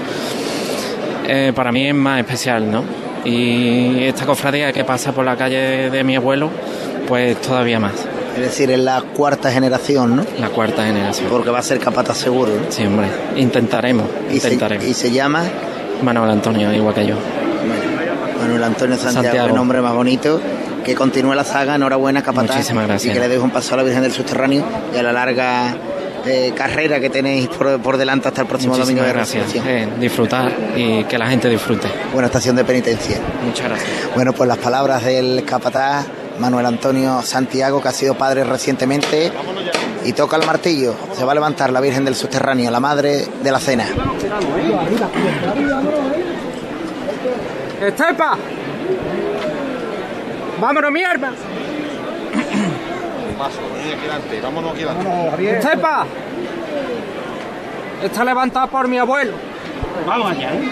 eh, para mí es más especial, ¿no? Y esta cofradía que pasa por la calle de mi abuelo, pues todavía más. Es decir, es la cuarta generación, ¿no? La cuarta generación. Porque va a ser capataz seguro, ¿no? Sí, hombre, intentaremos, ¿Y intentaremos. Se, ¿Y se llama? Manuel Antonio, igual que yo. Bueno, Manuel Antonio Santiago, Santiago. El nombre más bonito. Que continúe la saga, enhorabuena, capataz. Muchísimas gracias. Y que le dejo un paso a la Virgen del Subterráneo y a la larga eh, carrera que tenéis por, por delante hasta el próximo Muchísimas domingo de gracias. Resurrección. Eh, disfrutar y que la gente disfrute. Buena estación de penitencia. Muchas gracias. Bueno, pues las palabras del capataz Manuel Antonio Santiago, que ha sido padre recientemente, y toca el martillo. Se va a levantar la Virgen del Subterráneo, la madre de la cena. ¡Estepa! Vámonos, mi arma. Paso, vení aquí delante, vámonos aquí delante. ¡Sepa! Está levantada por mi abuelo. Vamos allá, ¿eh?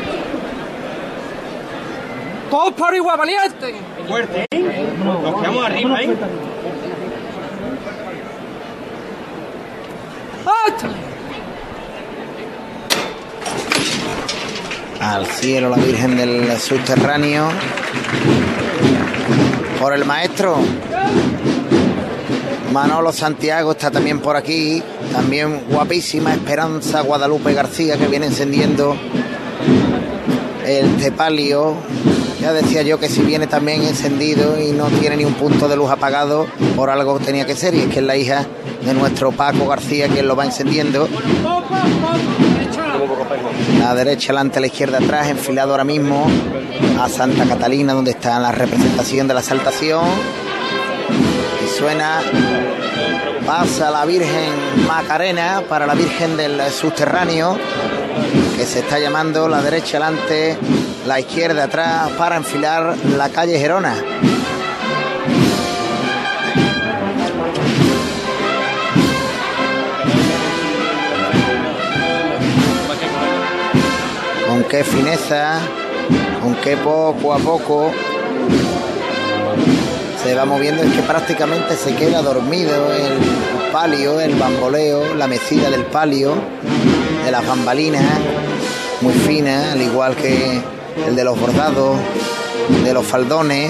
Todos por igual, valiente. Fuerte, ¿eh? Nos quedamos arriba, ¿eh? Al cielo la Virgen del Subterráneo. Por el maestro Manolo Santiago está también por aquí. También guapísima Esperanza Guadalupe García, que viene encendiendo el tepalio. Ya decía yo que si viene también encendido y no tiene ni un punto de luz apagado, por algo tenía que ser, y es que es la hija de nuestro Paco García quien lo va encendiendo. La derecha adelante, la izquierda atrás, enfilado ahora mismo a Santa Catalina, donde está la representación de la exaltación. Y suena, pasa la Virgen Macarena para la Virgen del Subterráneo, que se está llamando la derecha adelante, la izquierda atrás, para enfilar la calle Gerona. Con qué fineza, con qué poco a poco se va moviendo, es que prácticamente se queda dormido el palio, el bamboleo, la mecida del palio, de las bambalinas, muy fina, al igual que el de los bordados, de los faldones.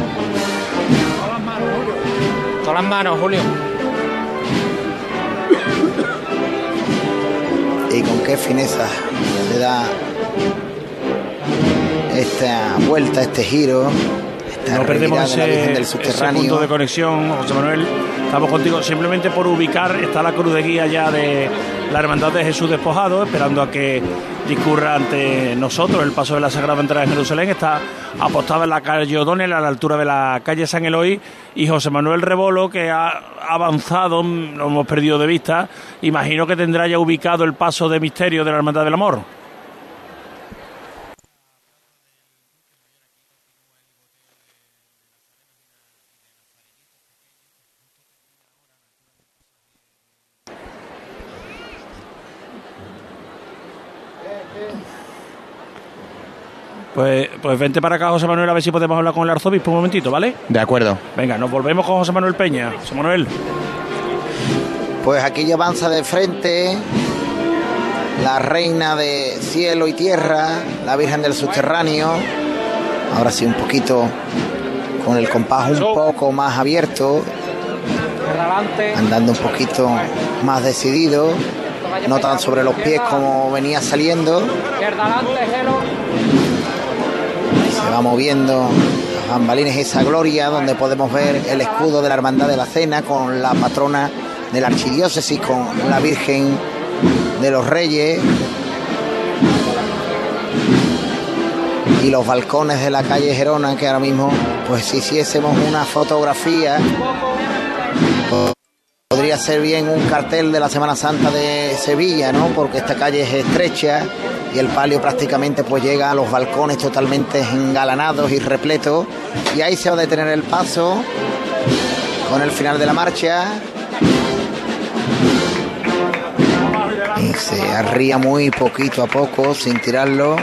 Todas las manos, Julio. Y con qué fineza se da esta vuelta, este giro. No perdemos ese, ese punto de conexión, José Manuel. Estamos contigo simplemente por ubicar. Está la cruz de guía ya de la Hermandad de Jesús Despojado, esperando a que discurra ante nosotros el paso de la Sagrada Entrada de Jerusalén. Está apostada en la calle O'Donnell, a la altura de la calle San Eloy, y José Manuel Rebolo, que ha avanzado, lo hemos perdido de vista. Imagino que tendrá ya ubicado el paso de misterio de la Hermandad del Amor. Pues, pues vente para acá, José Manuel, a ver si podemos hablar con el arzobispo un momentito, ¿vale? De acuerdo. Venga, nos volvemos con José Manuel Peña. José Manuel. Pues aquí ya avanza de frente la reina de cielo y tierra, la Virgen del Subterráneo. Ahora sí, un poquito con el compás un poco más abierto, andando un poquito más decidido, no tan sobre los pies como venía saliendo. Se va moviendo los bambalines, esa gloria, donde podemos ver el escudo de la Hermandad de la Cena con la patrona de la archidiócesis, con la Virgen de los Reyes, y los balcones de la calle Gerona, que ahora mismo, pues si hiciésemos una fotografía, podría ser bien un cartel de la Semana Santa de Sevilla, ¿no? Porque esta calle es estrecha y el palio prácticamente pues llega a los balcones totalmente engalanados y repletos, y ahí se va a detener el paso con el final de la marcha. Y se arría muy poquito a poco, sin tirarlo.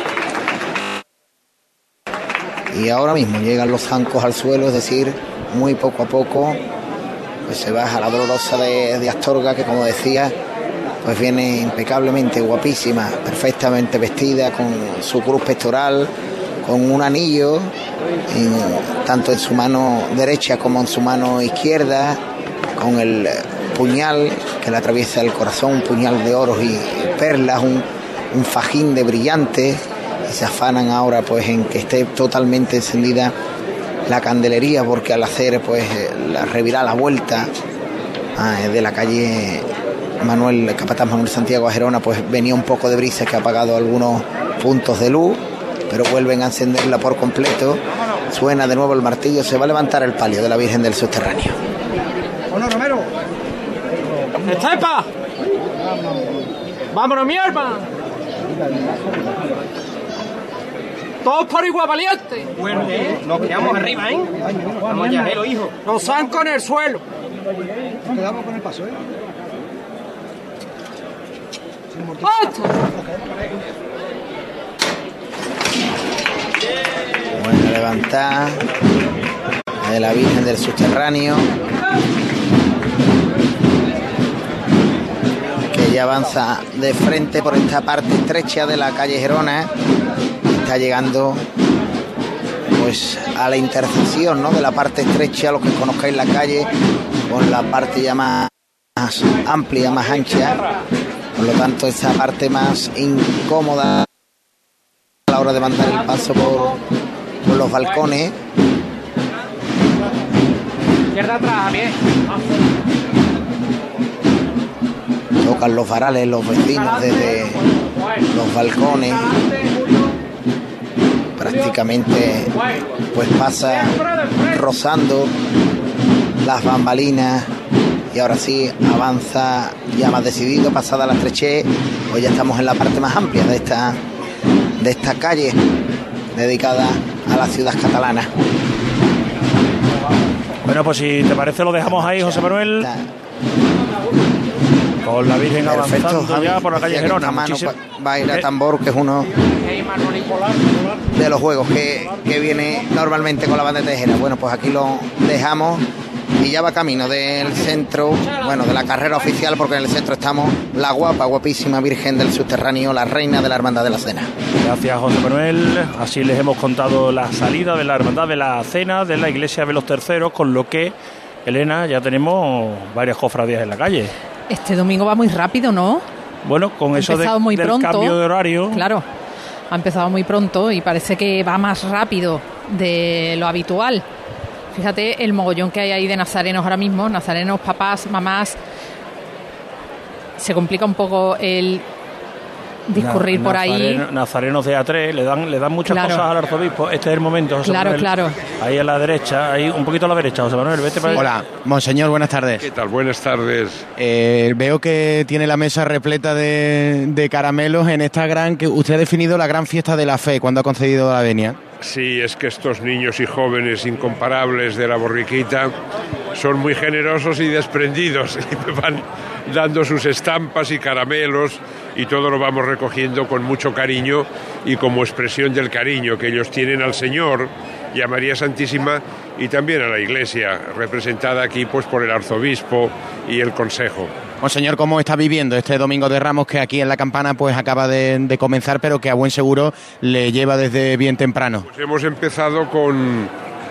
Y ahora mismo llegan los zancos al suelo, es decir, muy poco a poco pues se baja la dolorosa de, de Astorga, que como decía, pues viene impecablemente guapísima, perfectamente vestida, con su cruz pectoral, con un anillo en, tanto en su mano derecha como en su mano izquierda, con el puñal que le atraviesa el corazón, un puñal de oros y perlas, un, un fajín de brillantes, y se afanan ahora pues en que esté totalmente encendida la candelería, porque al hacer pues la revirar la vuelta ah, de la calle Manuel, Capataz Manuel Santiago a Gerona, pues venía un poco de brisa que ha apagado algunos puntos de luz, pero vuelven a encenderla por completo. Suena de nuevo el martillo, se va a levantar el palio de la Virgen del Subterráneo. ¡Bueno, Romero! ¡Estepa! ¡Vámonos, mi arma! Todos por igual, valiente. Fuerte, ¿eh? Nos quedamos arriba, ¿eh? Vamos allá, ¿eh, hijo? Nos zanco en el suelo. Nos quedamos con el paso, ¿eh? ¡Basta! Buena levantada de la Virgen del Subterráneo, que ya avanza de frente por esta parte estrecha de la calle Gerona. Está llegando pues a la intersección, ¿no?, de la parte estrecha, los que conozcáis la calle, con la parte ya más amplia, más ancha. Por lo tanto, esta parte más incómoda a la hora de mandar el paso por, por los balcones. Izquierda atrás, bien. Tocan los varales los vecinos desde los balcones. Prácticamente pues pasa rozando las bambalinas. Y ahora sí avanza ya más decidido, pasada la estrechez, pues ya estamos en la parte más amplia de esta, de esta calle dedicada a la ciudad catalana. Bueno, pues si te parece lo dejamos ahí, José Manuel, con la Virgen perfecto, avanzando Javi, ya por la calle Gerona. Muchísimo... Va a ir a tambor, que es uno de los juegos que, que viene normalmente con la banda de tejera. Bueno, pues aquí lo dejamos. Y ya va camino del centro, bueno, de la carrera oficial, porque en el centro estamos la guapa, guapísima Virgen del Subterráneo, la reina de la Hermandad de la Cena. Gracias, José Manuel. Así les hemos contado la salida de la Hermandad de la Cena de la Iglesia de los Terceros, con lo que, Elena, ya tenemos varias cofradías en la calle. Este domingo va muy rápido, ¿no? Bueno, con ha eso de, muy del pronto, cambio de horario. Claro, ha empezado muy pronto y parece que va más rápido de lo habitual. Fíjate el mogollón que hay ahí de nazarenos ahora mismo, nazarenos, papás, mamás. Se complica un poco el discurrir Na, por nazareno, ahí. Nazarenos de A tres, le dan, le dan muchas claro. cosas al arzobispo. Este es el momento, José claro, Manuel. Claro, ahí a la derecha, ahí un poquito a la derecha, José Manuel. Vete sí. para Hola, monseñor, buenas tardes. ¿Qué tal? Buenas tardes. Eh, veo que tiene la mesa repleta de, de caramelos en esta gran, que usted ha definido la gran fiesta de la fe, cuando ha concedido la venia. Sí, es que estos niños y jóvenes incomparables de la borriquita son muy generosos y desprendidos y me van dando sus estampas y caramelos y todo lo vamos recogiendo con mucho cariño y como expresión del cariño que ellos tienen al Señor y a María Santísima y también a la Iglesia, representada aquí pues por el arzobispo y el consejo. Monseñor, ¿cómo está viviendo este Domingo de Ramos, que aquí en La Campana pues acaba de, de comenzar, pero que a buen seguro le lleva desde bien temprano? Pues hemos empezado con,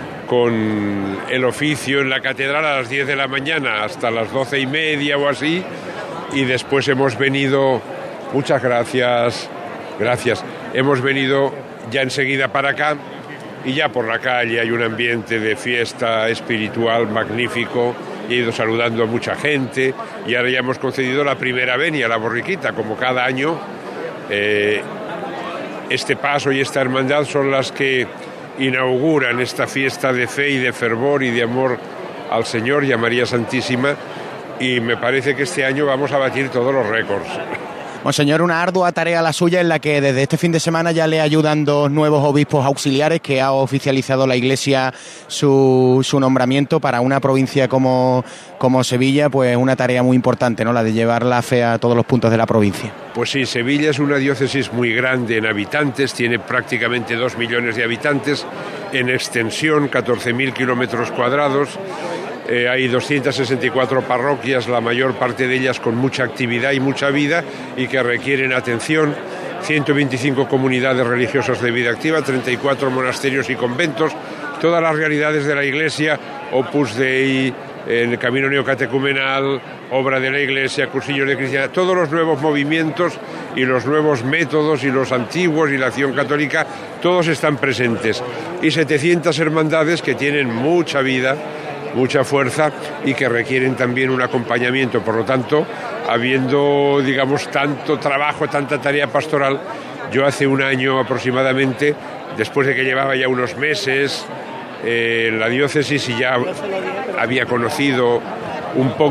con el oficio en la catedral a las diez de la mañana hasta las doce y media o así, y después hemos venido, muchas gracias, gracias, hemos venido ya enseguida para acá, y ya por la calle hay un ambiente de fiesta espiritual magnífico. He ido saludando a mucha gente y ahora ya hemos concedido la primera venia, la borriquita, como cada año. Eh, este paso y esta hermandad son las que inauguran esta fiesta de fe y de fervor y de amor al Señor y a María Santísima, y me parece que este año vamos a batir todos los récords. Monseñor, una ardua tarea la suya, en la que desde este fin de semana ya le ayudan dos nuevos obispos auxiliares, que ha oficializado la Iglesia su, su nombramiento para una provincia como, como Sevilla, pues una tarea muy importante, ¿no?, la de llevar la fe a todos los puntos de la provincia. Pues sí, Sevilla es una diócesis muy grande en habitantes, tiene prácticamente dos millones de habitantes, en extensión catorce mil kilómetros cuadrados. Eh, hay doscientas sesenta y cuatro parroquias, la mayor parte de ellas con mucha actividad y mucha vida y que requieren atención, ciento veinticinco comunidades religiosas de vida activa, treinta y cuatro monasterios y conventos, todas las realidades de la Iglesia, Opus Dei, el Camino Neocatecumenal, Obra de la Iglesia, Cursillos de Cristiandad, todos los nuevos movimientos y los nuevos métodos y los antiguos y la acción católica, todos están presentes. Y setecientas hermandades que tienen mucha vida, mucha fuerza y que requieren también un acompañamiento. Por lo tanto, habiendo, digamos, tanto trabajo, tanta tarea pastoral, yo hace un año aproximadamente, después de que llevaba ya unos meses eh, en la diócesis y ya había conocido un poco,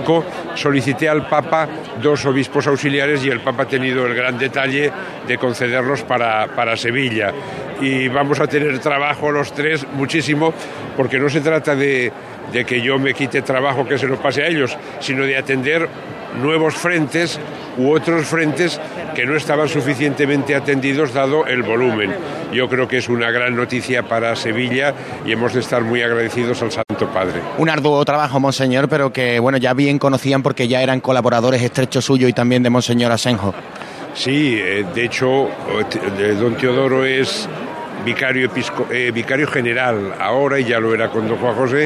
solicité al Papa dos obispos auxiliares y el Papa ha tenido el gran detalle de concederlos para, para Sevilla. Y vamos a tener trabajo los tres muchísimo, porque no se trata de, de que yo me quite trabajo que se lo pase a ellos, sino de atender nuevos frentes u otros frentes que no estaban suficientemente atendidos dado el volumen. Yo creo que es una gran noticia para Sevilla y hemos de estar muy agradecidos al Santo Padre. Un arduo trabajo, monseñor, pero que bueno, ya bien conocían porque ya eran colaboradores estrechos suyos y también de monseñor Asenjo. Sí, eh, de hecho, don Teodoro es vicario, episco- eh, vicario general ahora, y ya lo era con don Juan José,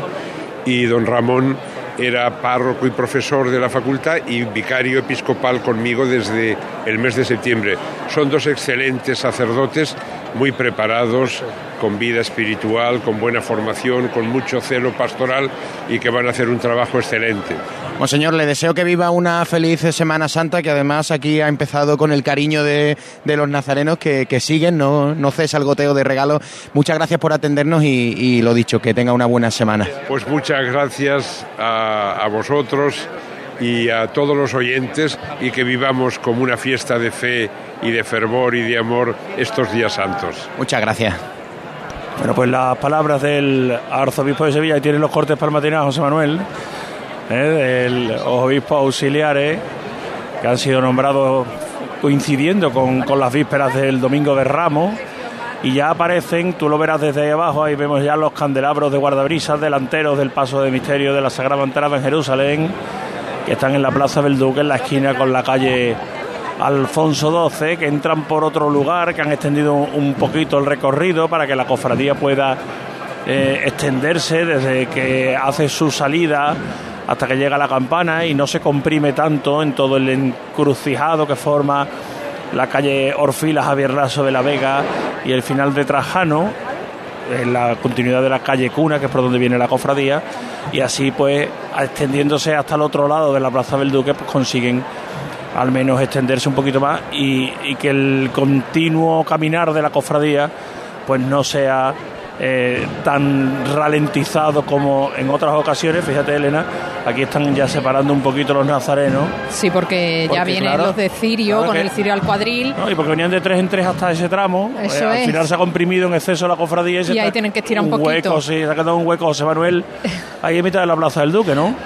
y don Ramón era párroco y profesor de la facultad y vicario episcopal conmigo desde el mes de septiembre. Son dos excelentes sacerdotes, muy preparados, con vida espiritual, con buena formación, con mucho celo pastoral y que van a hacer un trabajo excelente. Monseñor, le deseo que viva una feliz Semana Santa, que además aquí ha empezado con el cariño de, de los nazarenos que, que siguen, no, no cesa el goteo de regalos. Muchas gracias por atendernos y, y lo dicho, que tenga una buena semana. Pues muchas gracias a, a vosotros y a todos los oyentes, y que vivamos como una fiesta de fe y de fervor y de amor estos días santos. Muchas gracias. Bueno, pues las palabras del arzobispo de Sevilla, y tienen los cortes para el matinal, José Manuel, ¿eh? del obispo auxiliares, que han sido nombrados coincidiendo con, con las vísperas del Domingo de Ramos, y ya aparecen, tú lo verás desde ahí abajo, ahí vemos ya los candelabros de guardabrisas delanteros del paso de misterio de la Sagrada Entrada en Jerusalén, que están en la Plaza del Duque, en la esquina con la calle Alfonso doce, que entran por otro lugar, que han extendido un poquito el recorrido para que la cofradía pueda eh, extenderse desde que hace su salida hasta que llega la campana y no se comprime tanto en todo el encrucijado que forma la calle Orfila Javier Lasso de la Vega y el final de Trajano, en la continuidad de la calle Cuna, que es por donde viene la cofradía, y así pues extendiéndose hasta el otro lado de la Plaza del Duque, pues consiguen al menos extenderse un poquito más y, y que el continuo caminar de la cofradía pues no sea eh, tan ralentizado como en otras ocasiones. Fíjate, Elena, aquí están ya separando un poquito los nazarenos. Sí, porque, porque ya vienen claro, los de cirio, claro, con el cirio al cuadril. No, y porque venían de tres en tres hasta ese tramo. Eso eh, es. Al final se ha comprimido en exceso la cofradía. Y, y ahí tienen que estirar un, un poquito. Hueco, sí, se ha quedado un hueco, José Manuel, ahí en mitad de la Plaza del Duque, ¿no?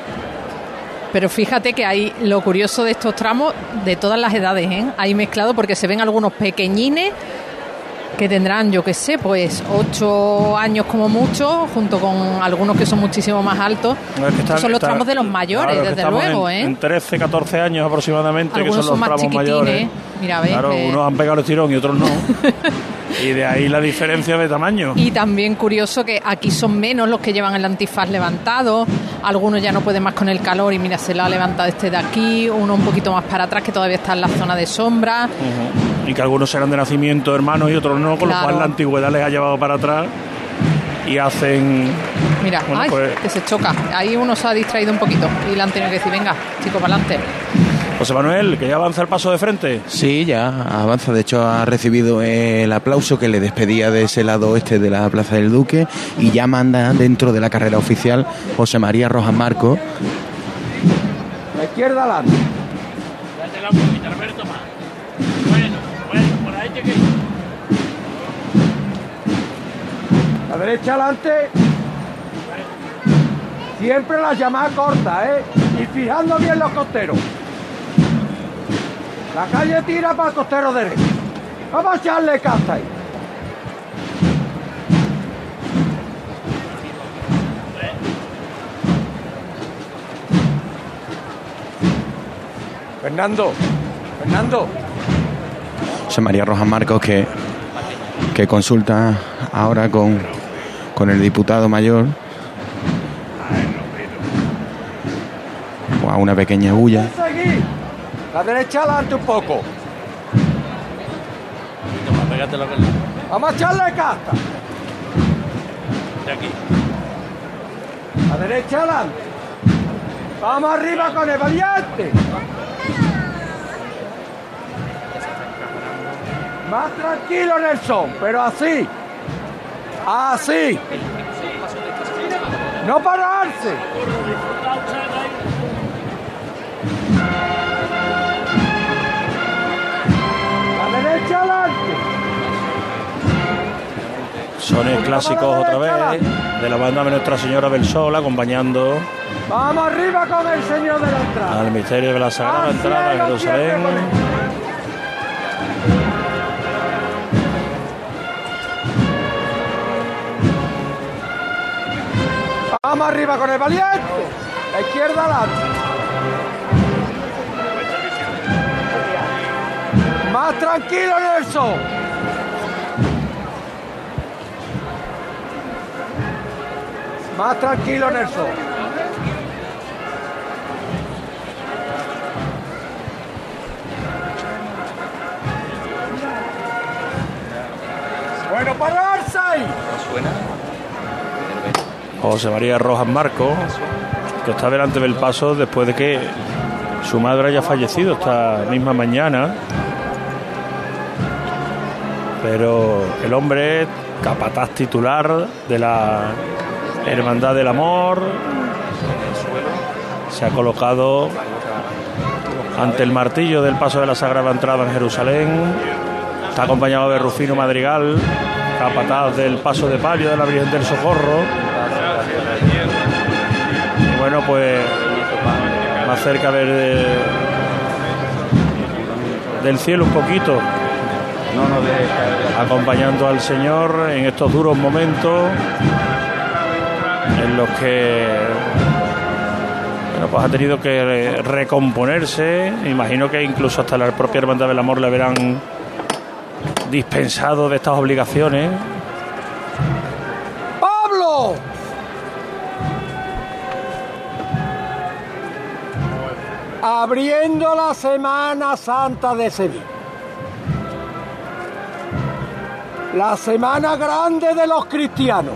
Pero fíjate que hay lo curioso de estos tramos de todas las edades, ¿eh? Hay mezclado porque se ven algunos pequeñines que tendrán, yo qué sé, pues ocho años como mucho, junto con algunos que son muchísimo más altos. No, es que están, son los tramos de los mayores, claro, desde luego, en, ¿eh? En trece, catorce años aproximadamente, algunos que son, son los más tramos mayores. Mira, ves, claro, que... unos han pegado el tirón y otros no. Y de ahí la diferencia de tamaño. Y también curioso que aquí son menos los que llevan el antifaz levantado, algunos ya no pueden más con el calor y mira, se lo ha levantado este de aquí, uno un poquito más para atrás que todavía está en la zona de sombra. Uh-huh. Y que algunos serán de nacimiento hermanos y otros no, con claro, lo cual la antigüedad les ha llevado para atrás y hacen... Mira, bueno, ay, pues... que se choca, ahí uno se ha distraído un poquito y le han tenido que decir, venga, chico, para adelante. José Manuel, que ya avanza el paso de frente. Sí, ya avanza. De hecho, ha recibido el aplauso que le despedía de ese lado oeste de la Plaza del Duque y ya manda dentro de la carrera oficial José María Rojas Marcos. La izquierda adelante. Date la poquita, Alberto, más. Bueno, bueno, por ahí te quedas. La derecha adelante. Siempre la llamada corta, ¿eh? Y fijando bien los costeros. La calle tira para el costero derecho. Vamos a echarle caza ahí. Fernando, Fernando. José María Rojas Marcos que, que consulta ahora con, con el diputado mayor. A una pequeña bulla. La derecha adelante un poco. Vamos a echarle casta. De aquí. La derecha adelante. Vamos arriba con el valiente. Más tranquilo, Nelson, pero así. Así. No pararse. sones clásicos otra vez de la banda de Nuestra Señora del Sol, acompañando vamos arriba con el Señor de la Entrada al misterio de la Sagrada Entrada a Jerusalén. Vamos arriba con el valiente, la izquierda adelante. Más tranquilo, Nelson. Más tranquilo, Nelson. Bueno, pararse ahí. José María Rojas Marco, que está delante del paso después de que su madre haya fallecido esta misma mañana. Pero el hombre, capataz titular de la Hermandad del Amor, se ha colocado ante el martillo del paso de la Sagrada Entrada en Jerusalén. Está acompañado de Rufino Madrigal, capataz del paso de palio de la Virgen del Socorro. Y bueno, pues más cerca de, de, del cielo un poquito, acompañando al Señor en estos duros momentos en los que bueno, pues ha tenido que recomponerse. Imagino que incluso hasta la propia Hermandad del Amor le habrán dispensado de estas obligaciones. ¡Pablo! Abriendo la Semana Santa de Sevilla. La Semana Grande de los cristianos.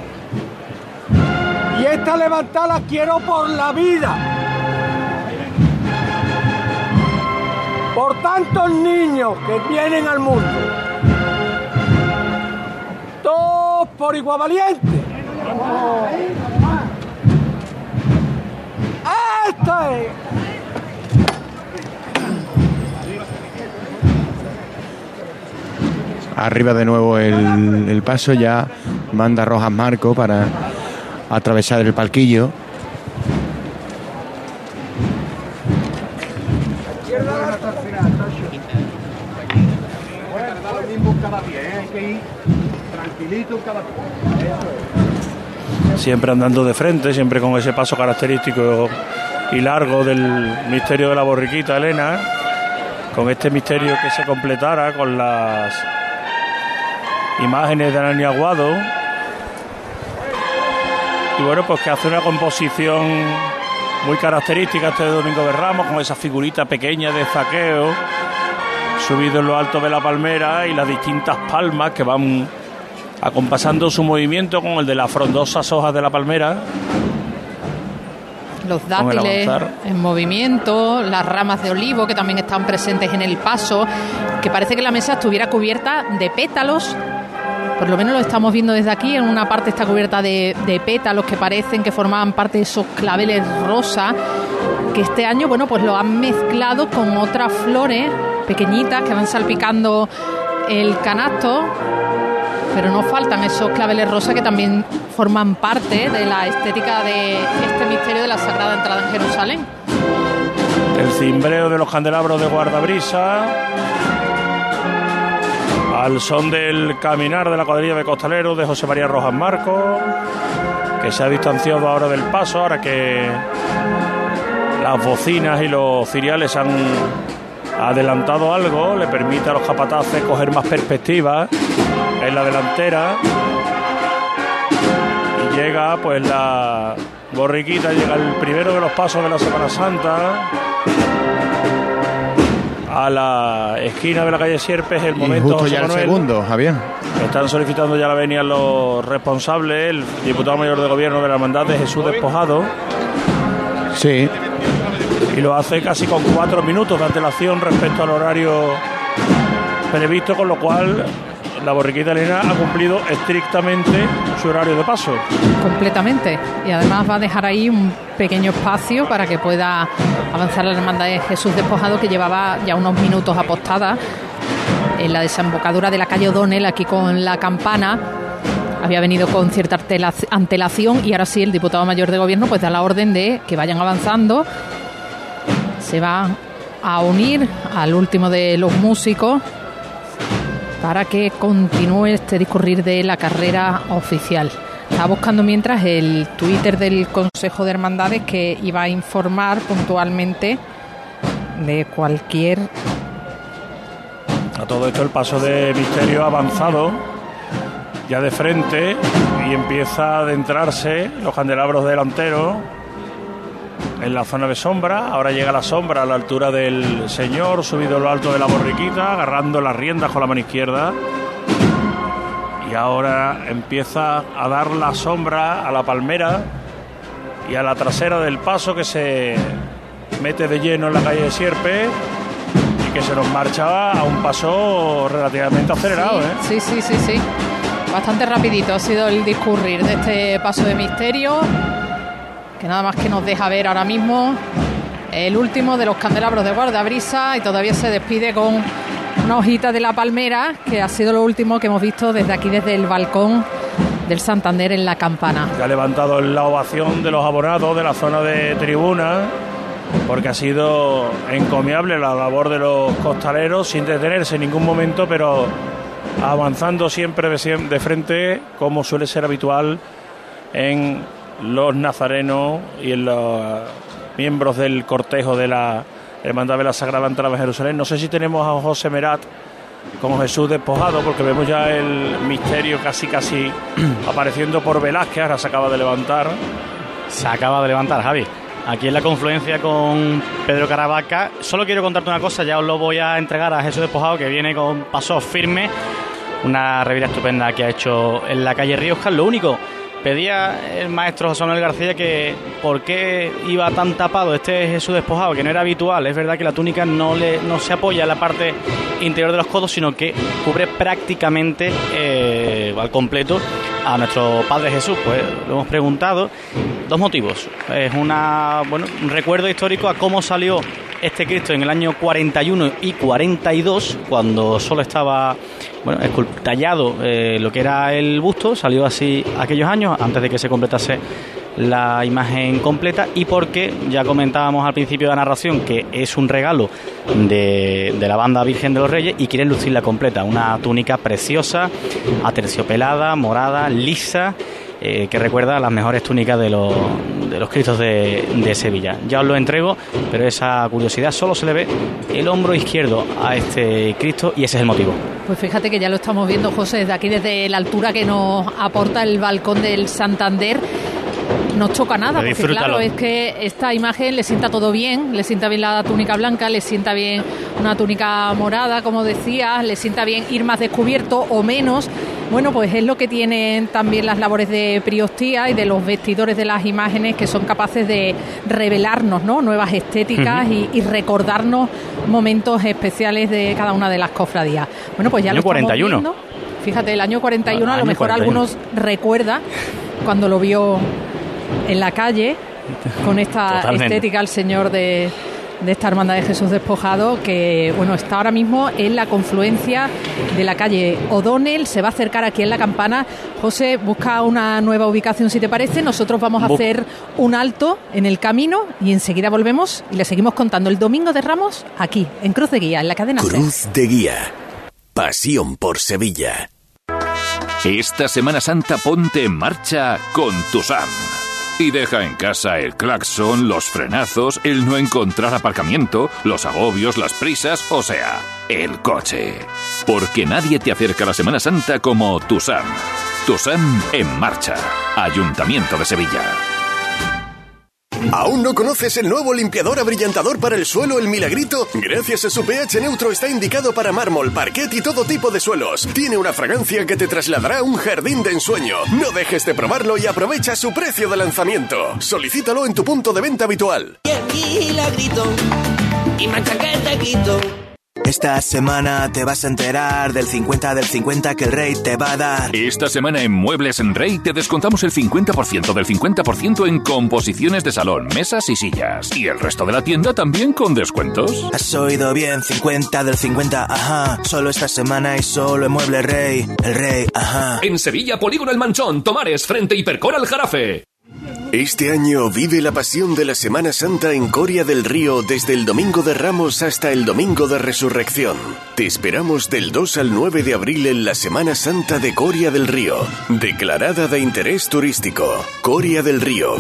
Y esta levantada la quiero por la vida. Por tantos niños que vienen al mundo. Todos por igual valiente. ¡Esta es! Arriba de nuevo el, el paso, ya manda Rojas Marco para atravesar el palquillo. Siempre andando de frente, siempre con ese paso característico y largo del misterio de la borriquita, Elena, con este misterio que se completara con las imágenes de Ananí Aguado, y bueno, pues que hace una composición muy característica este Domingo de Ramos, con esa figurita pequeña de Zaqueo subido en lo alto de la palmera y las distintas palmas que van acompasando su movimiento con el de las frondosas hojas de la palmera, los dátiles en movimiento, las ramas de olivo que también están presentes en el paso, que parece que la mesa estuviera cubierta de pétalos. Por lo menos lo estamos viendo desde aquí. En una parte está cubierta de, de pétalos que parecen que formaban parte de esos claveles rosa, que este año, bueno, pues lo han mezclado con otras flores pequeñitas que van salpicando el canasto, pero no faltan esos claveles rosa que también forman parte de la estética de este misterio de la Sagrada Entrada en Jerusalén. El cimbreo de los candelabros de guardabrisa, al son del caminar de la cuadrilla de costaleros de José María Rojas Marco, que se ha distanciado ahora del paso, ahora que las bocinas y los ciriales han adelantado algo, le permite a los capataces coger más perspectiva en la delantera, y llega pues la borriquita, llega el primero de los pasos de la Semana Santa a la esquina de la calle Sierpes. El momento, y justo José ya Manuel, el segundo, Javier. Están solicitando ya la venia los responsables, el diputado mayor de gobierno de la hermandad de Jesús Despojado. Sí. Y lo hace casi con cuatro minutos de antelación respecto al horario previsto, con lo cual la borriquita Elena ha cumplido estrictamente su horario de paso. Completamente. Y además va a dejar ahí un pequeño espacio para que pueda avanzar la hermandad de Jesús Despojado, que llevaba ya unos minutos apostada en la desembocadura de la calle O'Donnell, aquí con la campana, había venido con cierta antelación y ahora sí el diputado mayor de gobierno pues da la orden de que vayan avanzando. Se va a unir al último de los músicos para que continúe este discurrir de la carrera oficial. Estaba buscando mientras el Twitter del Consejo de Hermandades, que iba a informar puntualmente de cualquier... A todo esto el paso de misterio ha avanzado ya de frente y empieza a adentrarse los candelabros delanteros en la zona de sombra. Ahora llega la sombra a la altura del señor, subido a lo alto de la borriquita, agarrando las riendas con la mano izquierda. Y ahora empieza a dar la sombra a la palmera y a la trasera del paso, que se mete de lleno en la calle de Sierpe y que se nos marcha a un paso relativamente acelerado. Sí, ¿eh? sí, sí, sí, sí. Bastante rapidito ha sido el discurrir de este paso de misterio, que nada más que nos deja ver ahora mismo el último de los candelabros de guardabrisa, y todavía se despide con una hojita de la palmera, que ha sido lo último que hemos visto desde aquí, desde el balcón del Santander en la Campana. Que ha levantado la ovación de los abonados de la zona de tribuna, porque ha sido encomiable la labor de los costaleros, sin detenerse en ningún momento, pero avanzando siempre de frente, como suele ser habitual en los nazarenos y en los miembros del cortejo de la Hermandad de la Sagrada Entrada de Jerusalén. No sé si tenemos a José Merat con Jesús despojado, porque vemos ya el misterio casi casi apareciendo por Velázquez. Ahora se acaba de levantar. Se acaba de levantar, Javi. Aquí en la confluencia con Pedro Caravaca. Solo quiero contarte una cosa, ya os lo voy a entregar a Jesús despojado, que viene con pasos firmes. Una revira estupenda que ha hecho en la calle Riosca. Lo único, pedía el maestro José Manuel García que por qué iba tan tapado este Jesús despojado, que no era habitual. Es verdad que la túnica no le no se apoya en la parte interior de los codos, sino que cubre prácticamente eh, al completo a nuestro Padre Jesús. Pues lo hemos preguntado. Dos motivos. Es una bueno un recuerdo histórico a cómo salió este Cristo en el año cuarenta y uno y cuarenta y dos, cuando solo estaba bueno tallado eh, lo que era el busto. Salió así aquellos años, antes de que se completase la imagen completa, y porque ya comentábamos al principio de la narración que es un regalo de, de la banda Virgen de los Reyes, y quieren lucirla completa. Una túnica preciosa, aterciopelada, morada, lisa, eh, que recuerda a las mejores túnicas de los, de los Cristos de, de Sevilla. Ya os lo entrego, pero esa curiosidad, solo se le ve el hombro izquierdo a este Cristo, y ese es el motivo. Pues fíjate que ya lo estamos viendo, José, desde aquí, desde la altura que nos aporta el balcón del Santander. No choca nada, porque claro, es que esta imagen le sienta todo bien, le sienta bien la túnica blanca, le sienta bien una túnica morada, como decías, le sienta bien ir más descubierto o menos. Bueno, pues es lo que tienen también las labores de priostía y de los vestidores de las imágenes, que son capaces de revelarnos, ¿no?, nuevas estéticas, uh-huh. y, y recordarnos momentos especiales de cada una de las cofradías. Bueno, pues ya lo estamos cuarenta y uno. Viendo. Fíjate, el año cuarenta y uno, ah, a lo mejor cuarenta y uno. Algunos recuerda cuando lo vio en la calle con esta Totalmente. estética el señor de, de esta Hermandad de Jesús despojado, que bueno, está ahora mismo en la confluencia de la calle O'Donnell. Se va a acercar aquí en la Campana. José, busca una nueva ubicación, si te parece. Nosotros vamos a hacer un alto en el camino y enseguida volvemos y le seguimos contando el Domingo de Ramos aquí en Cruz de Guía, en la cadena Cruz de Guía, pasión por Sevilla. Esta Semana Santa ponte en marcha con Tusam. Y deja en casa el claxon, los frenazos, el no encontrar aparcamiento, los agobios, las prisas, o sea, el coche. Porque nadie te acerca a la Semana Santa como Tusam. Tusam en marcha. Ayuntamiento de Sevilla. ¿Aún no conoces el nuevo limpiador abrillantador para el suelo El Milagrito? Gracias a su pH neutro está indicado para mármol, parquet y todo tipo de suelos. Tiene una fragancia que te trasladará a un jardín de ensueño. No dejes de probarlo y aprovecha su precio de lanzamiento. Solicítalo en tu punto de venta habitual. El Milagrito y mancha que te quito. Esta semana te vas a enterar del cincuenta del cincuenta que el Rey te va a dar. Esta semana en Muebles en Rey te descontamos el cincuenta por ciento del cincuenta por ciento en composiciones de salón, mesas y sillas. Y el resto de la tienda también con descuentos. Has oído bien, cincuenta del cincuenta, ajá. Solo esta semana y solo en Muebles Rey. El Rey, ajá. En Sevilla, Polígono El Manchón, Tomares, frente Hipercor al Jarafe. Este año vive la pasión de la Semana Santa en Coria del Río desde el Domingo de Ramos hasta el Domingo de Resurrección. Te esperamos del dos al nueve de abril en la Semana Santa de Coria del Río. Declarada de interés turístico. Coria del Río.